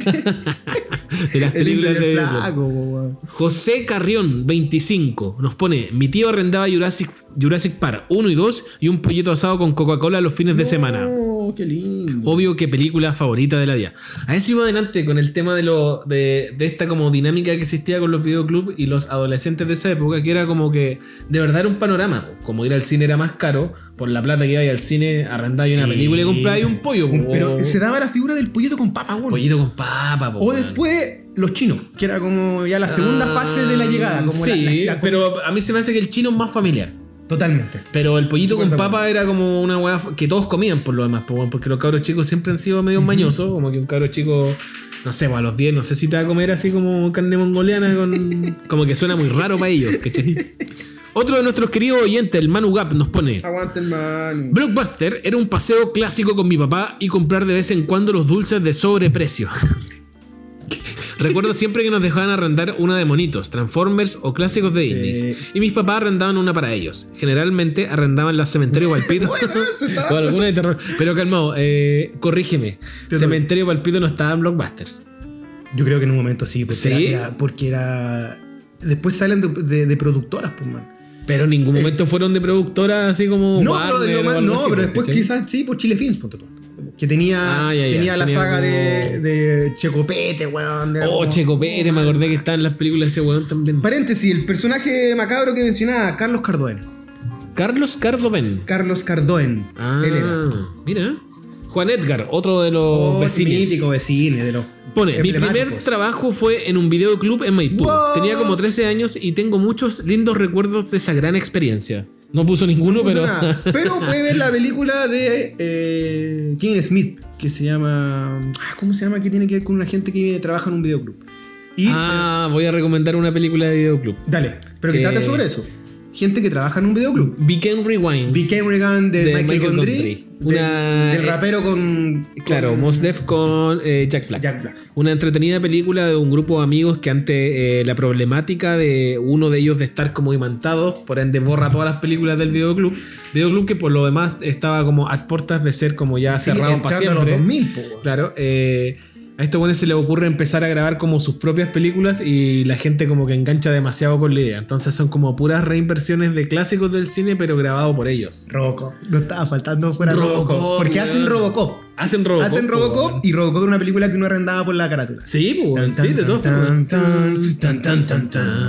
De las El lindo películas y el de... flaco, weón. José Carrión, 25, nos pone: mi tío arrendaba Jurassic Park 1 y 2 y un pollito asado con Coca-Cola los fines de semana. Oh, qué lindo. Obvio que película favorita de la día. A eso iba adelante con el tema de esta como dinámica que existía con los videoclubs y los adolescentes de esa época, que era como que de verdad era un panorama. Como ir al cine era más caro, por la plata que iba al cine arrendáis una película y compráis un pollo. Pero se daba la figura del pollito con papa, weón. Pollito con papa. O después los chinos, que era como ya la segunda fase de la llegada. Como sí, la pero a mí se me hace que el chino es más familiar. Totalmente. Pero el pollito Súper con de papa acuerdo. era como una weá que todos comían por lo demás, porque los cabros chicos siempre han sido medio mañosos, como que un cabro chico, no sé, a los 10 no sé si te va a comer así como carne mongoliana, como que suena muy raro para ellos, ¿cachai? Otro de nuestros queridos oyentes, el Manu Gap, nos pone: Aguanten, man. Blockbuster era un paseo clásico con mi papá y comprar de vez en cuando los dulces de sobreprecio. Recuerdo siempre que nos dejaban arrendar una de monitos, Transformers o clásicos de Disney. Y mis papás arrendaban una para ellos. Generalmente arrendaban la Cementerio Palpito o alguna de terror. Pero calmado, corrígeme. Cementerio Palpito no estaba en Blockbuster. Yo creo que en un momento sí, porque ¿Sí? porque era. Después salen de productoras, pues, man. Pero en ningún momento fueron de productora así como No, Warner o pero, algo así, pero después ¿cachai? quizás sí, por Chile Films, ponte tú. Que tenía, tenía la tenía saga como- de Checopete, weón. Era Oh, como- Checopete, me acordé que estaba en las películas de ese weón también. Paréntesis, el personaje macabro que mencionaba, Carlos Cardoen. Carlos Cardoven. Carlos Cardoen. Él era. Mira. Juan Edgar, otro de los vecinos. Mítico vecino, de los Pone: mi primer emblemáticos. trabajo fue en un videoclub en Maipú. Wow. Tenía como 13 años y tengo muchos lindos recuerdos de esa gran experiencia. No puso ninguno, No puso pero... nada. Pero puede ver la película de Kevin Smith, que se llama... ¿Cómo se llama? Que tiene que ver con una gente que trabaja en un videoclub. Y, voy a recomendar una película de videoclub. dale, pero que Que- trata sobre eso. Gente que trabaja en un videoclub. Weekend Rewind. Became Regan de Michael Gondry. Gondry. Del rapero con... Claro, Mos Def con Jack Black. Jack Black. Una entretenida película de un grupo de amigos que ante la problemática de uno de ellos de estar como imantados, por ende borra todas las películas del videoclub. Videoclub que por lo demás estaba como a puertas de ser como ya Sí, cerrado para entrando a siempre. los 2000, po, weón. Claro, a estos buenos se les ocurre empezar a grabar como sus propias películas y la gente como que engancha demasiado con la idea. Entonces son como puras reinversiones de clásicos del cine pero grabado por ellos. Robocop. No estaba faltando fuera Robocop, Robocop. Porque weón. hacen Robocop. Hacen Robocop. Hacen po, Robocop weón. y Robocop era una película que uno arrendaba por la carátula. Sí, pues, Tan, sí, tan, de todas tan, formas. tan, tan, tan,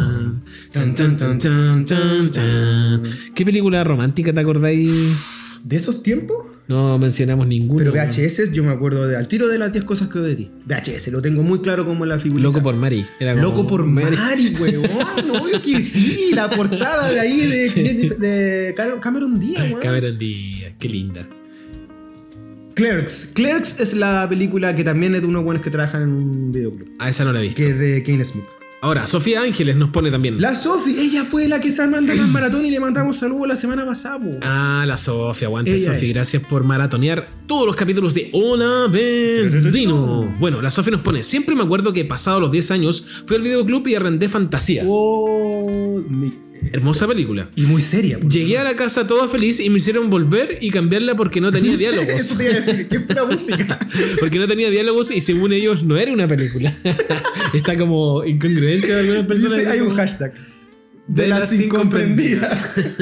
tan. ¿Qué película romántica te acordáis? ¿De esos tiempos? No mencionamos ninguno. Pero VHS, yo me acuerdo al tiro de las 10 cosas que odio de ti. VHS, lo tengo muy claro como la figura. Loco por Mary. Era como Loco por Mary, weón. Obvio que sí. La portada de ahí de Cameron Díaz, weón. Cameron Díaz, qué linda. Clerks. Clerks es la película que también es de unos buenos que trabajan en un videoclub. A esa no la he visto. Que es de Kevin Smith. Ahora, Sofía Ángeles nos pone también. La Sophie, ella fue la que se manda más maratón y le mandamos saludos la semana pasada, po. La Sofía, aguante Ella Sofía, es. gracias por maratonear todos los capítulos de Hola Vecino. Bueno, la Sofía nos pone, siempre me acuerdo que pasados los 10 años fui al videoclub y arrendé Fantasía. Oh, Hermosa película. y muy seria. po. Llegué a la casa toda feliz y me hicieron volver y cambiarla porque no tenía Eso diálogos. te iba a decir, que es pura música. Porque no tenía diálogos y según ellos no era una película. Está como incongruencia de algunas personas. Dice, hay un como- hashtag. De las incomprendidas.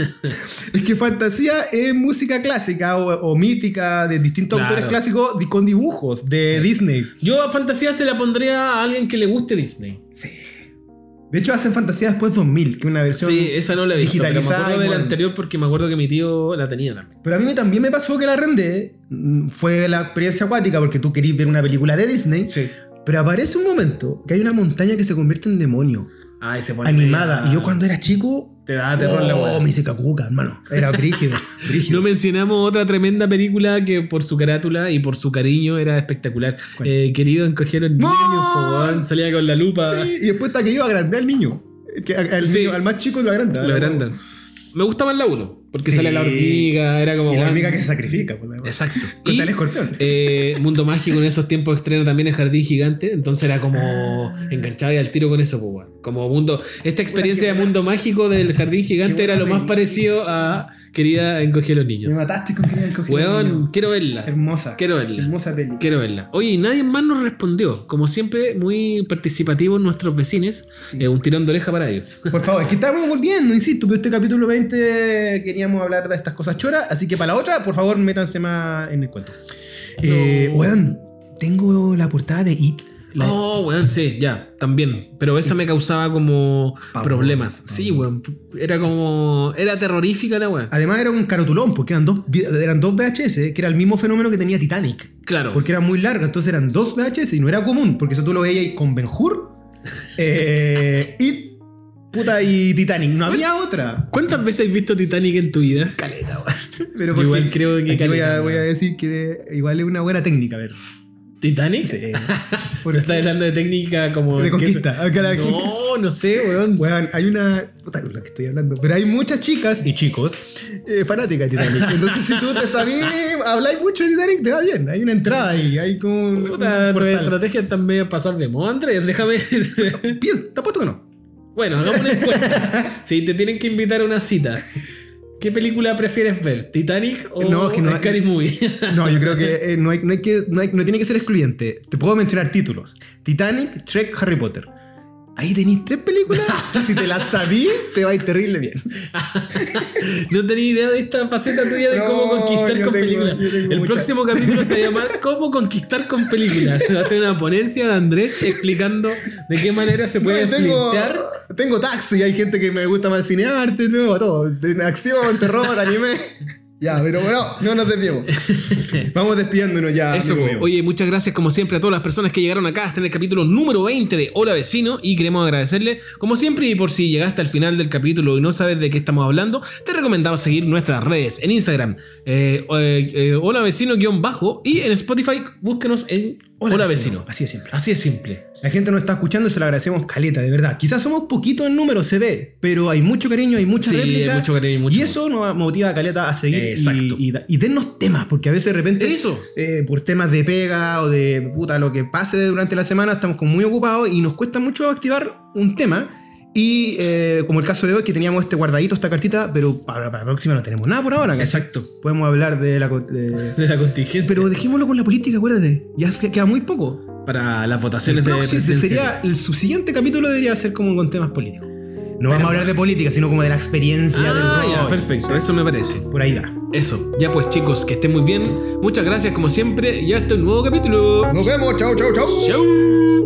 Es que Fantasía es música clásica o mítica de distintos Claro. autores clásicos con dibujos de Sí. Disney. Yo a Fantasía se la pondría a alguien que le guste Disney. Sí. De hecho, hacen Fantasía después 2000, que es una versión Sí, esa no la he visto, pero me digitalizada. acuerdo y de la moderna. anterior porque me acuerdo que mi tío la tenía también. Pero a mí también me pasó que la arrendé. Fue la experiencia acuática porque tú querías ver una película de Disney. Sí. Pero aparece un momento que hay una montaña que se convierte en demonio. Ay, se pone Animada. media- Y yo cuando era chico... Te da terror la weá. me hice cacuca, hermano. Era brígido. brígido. No mencionamos otra tremenda película que por su carátula y por su cariño era espectacular. ¿Cuál? Querido encogieron ¡No! niños, po, weón. Salía con la lupa. Sí, y después hasta que yo agrandé al niño. Que Sí. al más chico lo agranda. Lo agrandan. Me gustaba la 1, porque Sí. sale la hormiga, era como... Y la weón. hormiga que se sacrifica. Por la demás. Exacto. Contra Y, el escorpión. Mundo Mágico en esos tiempos estreno también en Jardín Gigante, entonces era como enganchado y al tiro con eso, pues, weón. Como mundo. Esta experiencia de buena. Mundo Mágico del Jardín Gigante Qué era lo buena más película. parecido a Querida Encogí a los Niños. Me mataste con que encoger al Weón, niño. quiero verla. Hermosa. Quiero verla. Hermosa peli. Quiero verla. Oye, y nadie más nos respondió. Como siempre, muy participativos nuestros vecinos. Sí. Un tirón de oreja para ellos. Por favor, es que estamos volviendo, insisto, pero este capítulo 20 queríamos hablar de estas cosas choras, así que para la otra, por favor, métanse más en el cuento. Weón, tengo la portada de It. Oh, weón, sí, ya, también. Pero esa me causaba como Pavor, problemas. pavor. Sí, weón. Era como. Era terrorífica la weón. Además era un carotulón, porque eran dos VHS, que era el mismo fenómeno que tenía Titanic. Claro. Porque era muy larga, entonces eran dos VHS y no era común, porque eso tú lo veías ahí con Ben-Hur, It, puta, y Titanic. No había otra. ¿Cuántas veces has visto Titanic en tu vida? Caleta, weón. Pero Yo igual porque creo que aquí caleta, voy a weón. decir que igual es una buena técnica, a ver. ¿Titanic? Sí. Pero estás hablando de técnica como. De conquista. Acá la- No sé, weón. Weón, hay una. Puta, con lo que estoy hablando. Pero hay muchas chicas y chicos fanáticas de Titanic. Entonces, si tú te sabes, habláis mucho de Titanic, te va bien. Hay una entrada ahí. Hay como. un Puta, tus portal. estrategias están medio pasar de moda, Andrés. Déjame. Piensa, te apuesto que no. Bueno, hagamos una encuesta. Si te tienen que invitar a una cita, ¿qué película prefieres ver? ¿Titanic o No, es que no- Scary Movie? No, yo creo que no tiene que ser excluyente. Te puedo mencionar títulos: Titanic, Trek, Harry Potter. Ahí tenéis 3 películas. Y si te las sabí, te va a ir terrible bien. No tenía idea de esta faceta tuya de No, cómo conquistar yo con tengo- películas. yo tengo El mucha- próximo capítulo se va a llamar ¿Cómo conquistar con películas? Va a ser una ponencia de Andrés explicando de qué manera se puede flirtear. Tengo taxi, hay gente que me gusta más el cine arte, tengo todo. De acción, terror, anime. Ya, pero bueno, no nos desviemos. Vamos despidiéndonos ya. Eso, amigo mío. oye, muchas gracias como siempre a todas las personas que llegaron acá hasta en el capítulo número 20 de Hola Vecino y queremos agradecerle como siempre y por si llegaste al final del capítulo y no sabes de qué estamos hablando, te recomendamos seguir nuestras redes en Instagram, Hola Vecino-bajo y en Spotify búsquenos en Hola Vecino. Así de simple. Así es simple. La gente nos está escuchando y se lo agradecemos caleta, de verdad. Quizás somos poquitos en número, se ve, pero hay mucho cariño, hay mucha Sí, réplica. hay mucho cariño y mucho eso nos motiva a caleta a seguir Exacto. y dennos temas, porque a veces de repente, Eso. por temas de pega o de puta, lo que pase durante la semana, estamos como muy ocupados y nos cuesta mucho activar un tema. Y como el caso de hoy, que teníamos este guardadito, esta cartita, pero para la próxima no tenemos nada por ahora. ¿cachai? Exacto. Podemos hablar de la... De la contingencia. Pero dejémoslo con la política, acuérdate. Ya queda muy poco. Para las votaciones de Próximo, presidencia. su siguiente capítulo debería ser como con temas políticos. No vamos a hablar de política, sino como de la experiencia del Ya, rol. perfecto, eso me parece. Por ahí va. Eso, ya pues chicos, que estén muy bien. Muchas gracias como siempre y hasta un nuevo capítulo. Nos vemos, chao, chao, chao. Chau.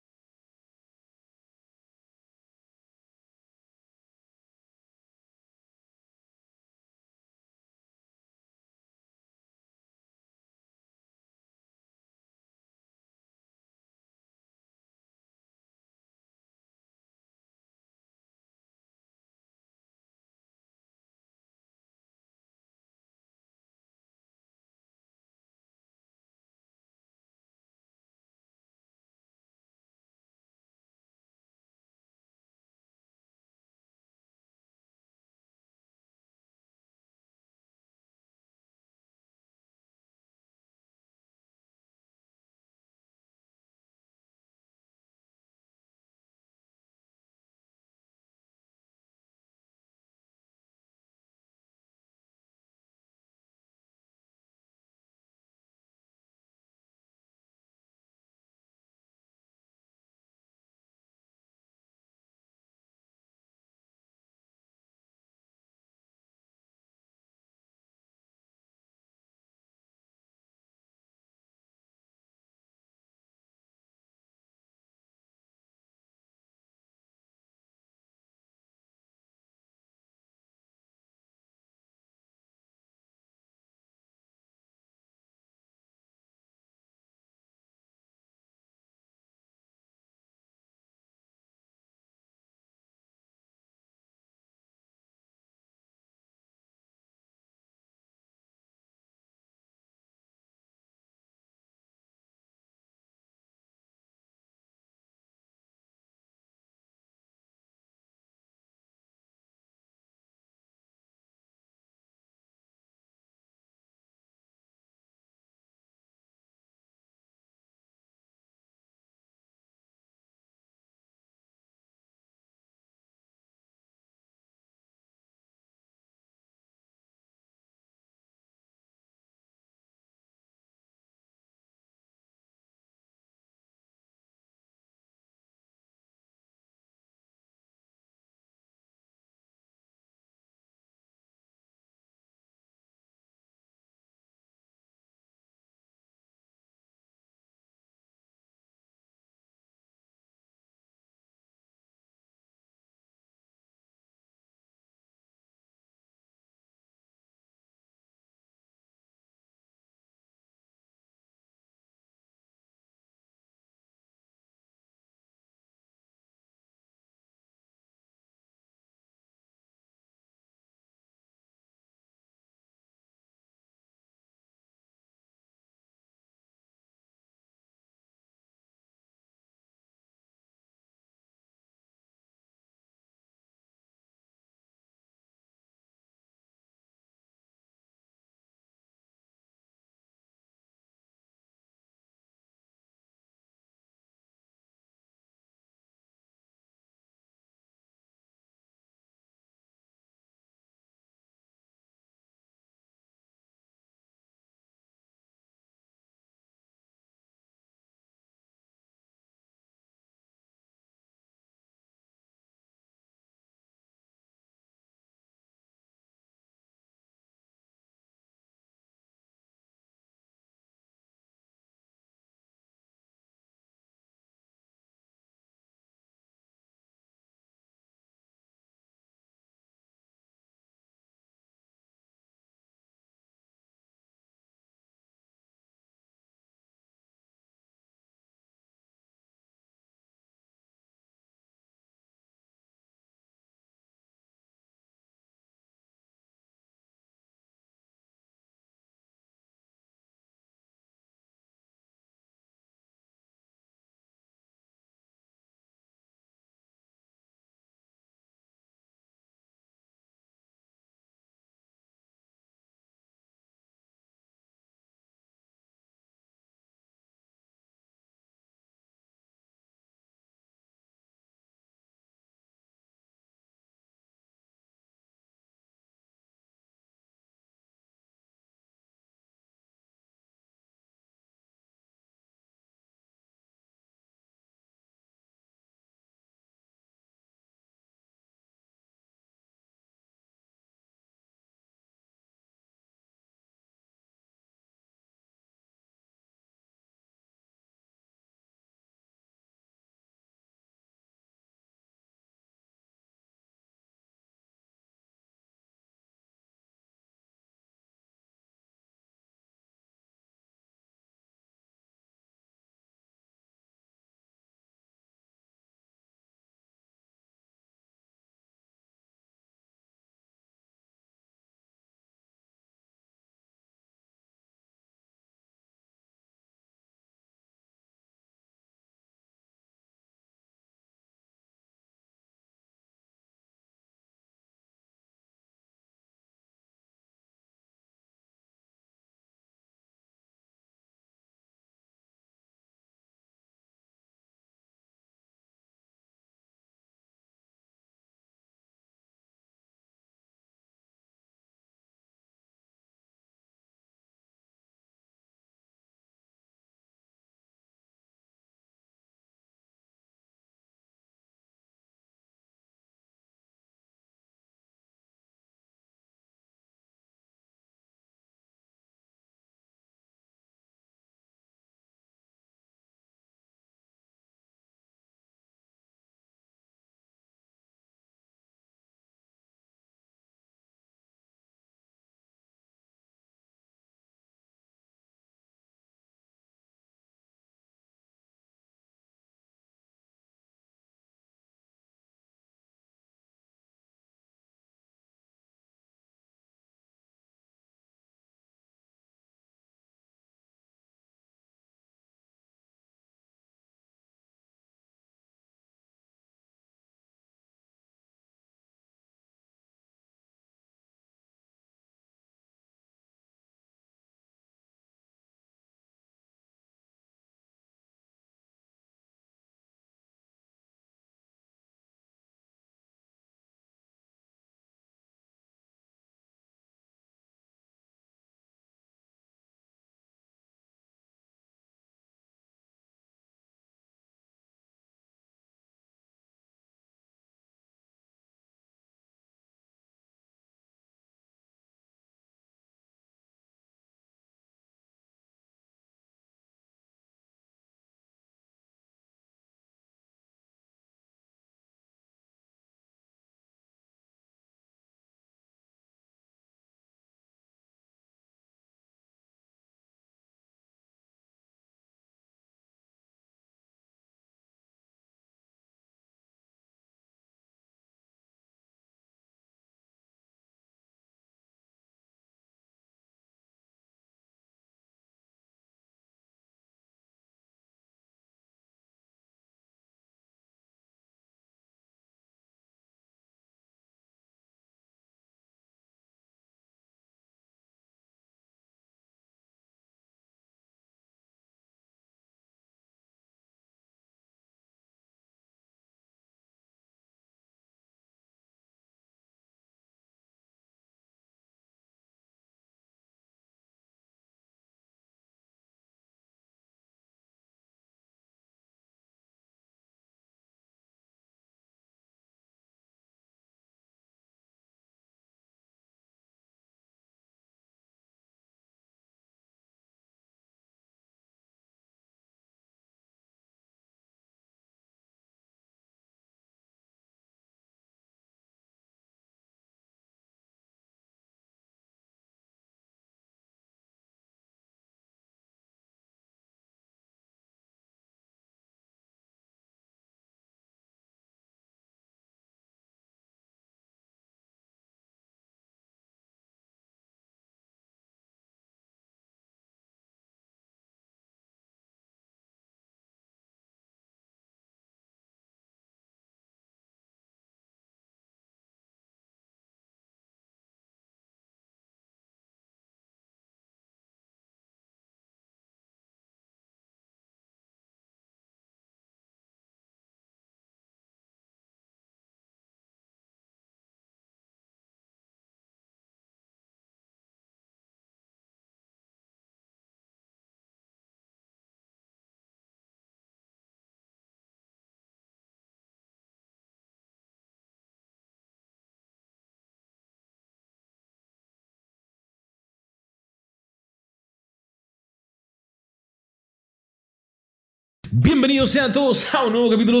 Bienvenidos sean todos a un nuevo capítulo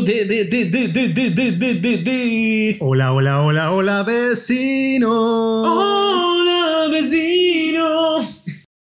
de... Hola, hola, hola, hola, vecino. Hola, vecino.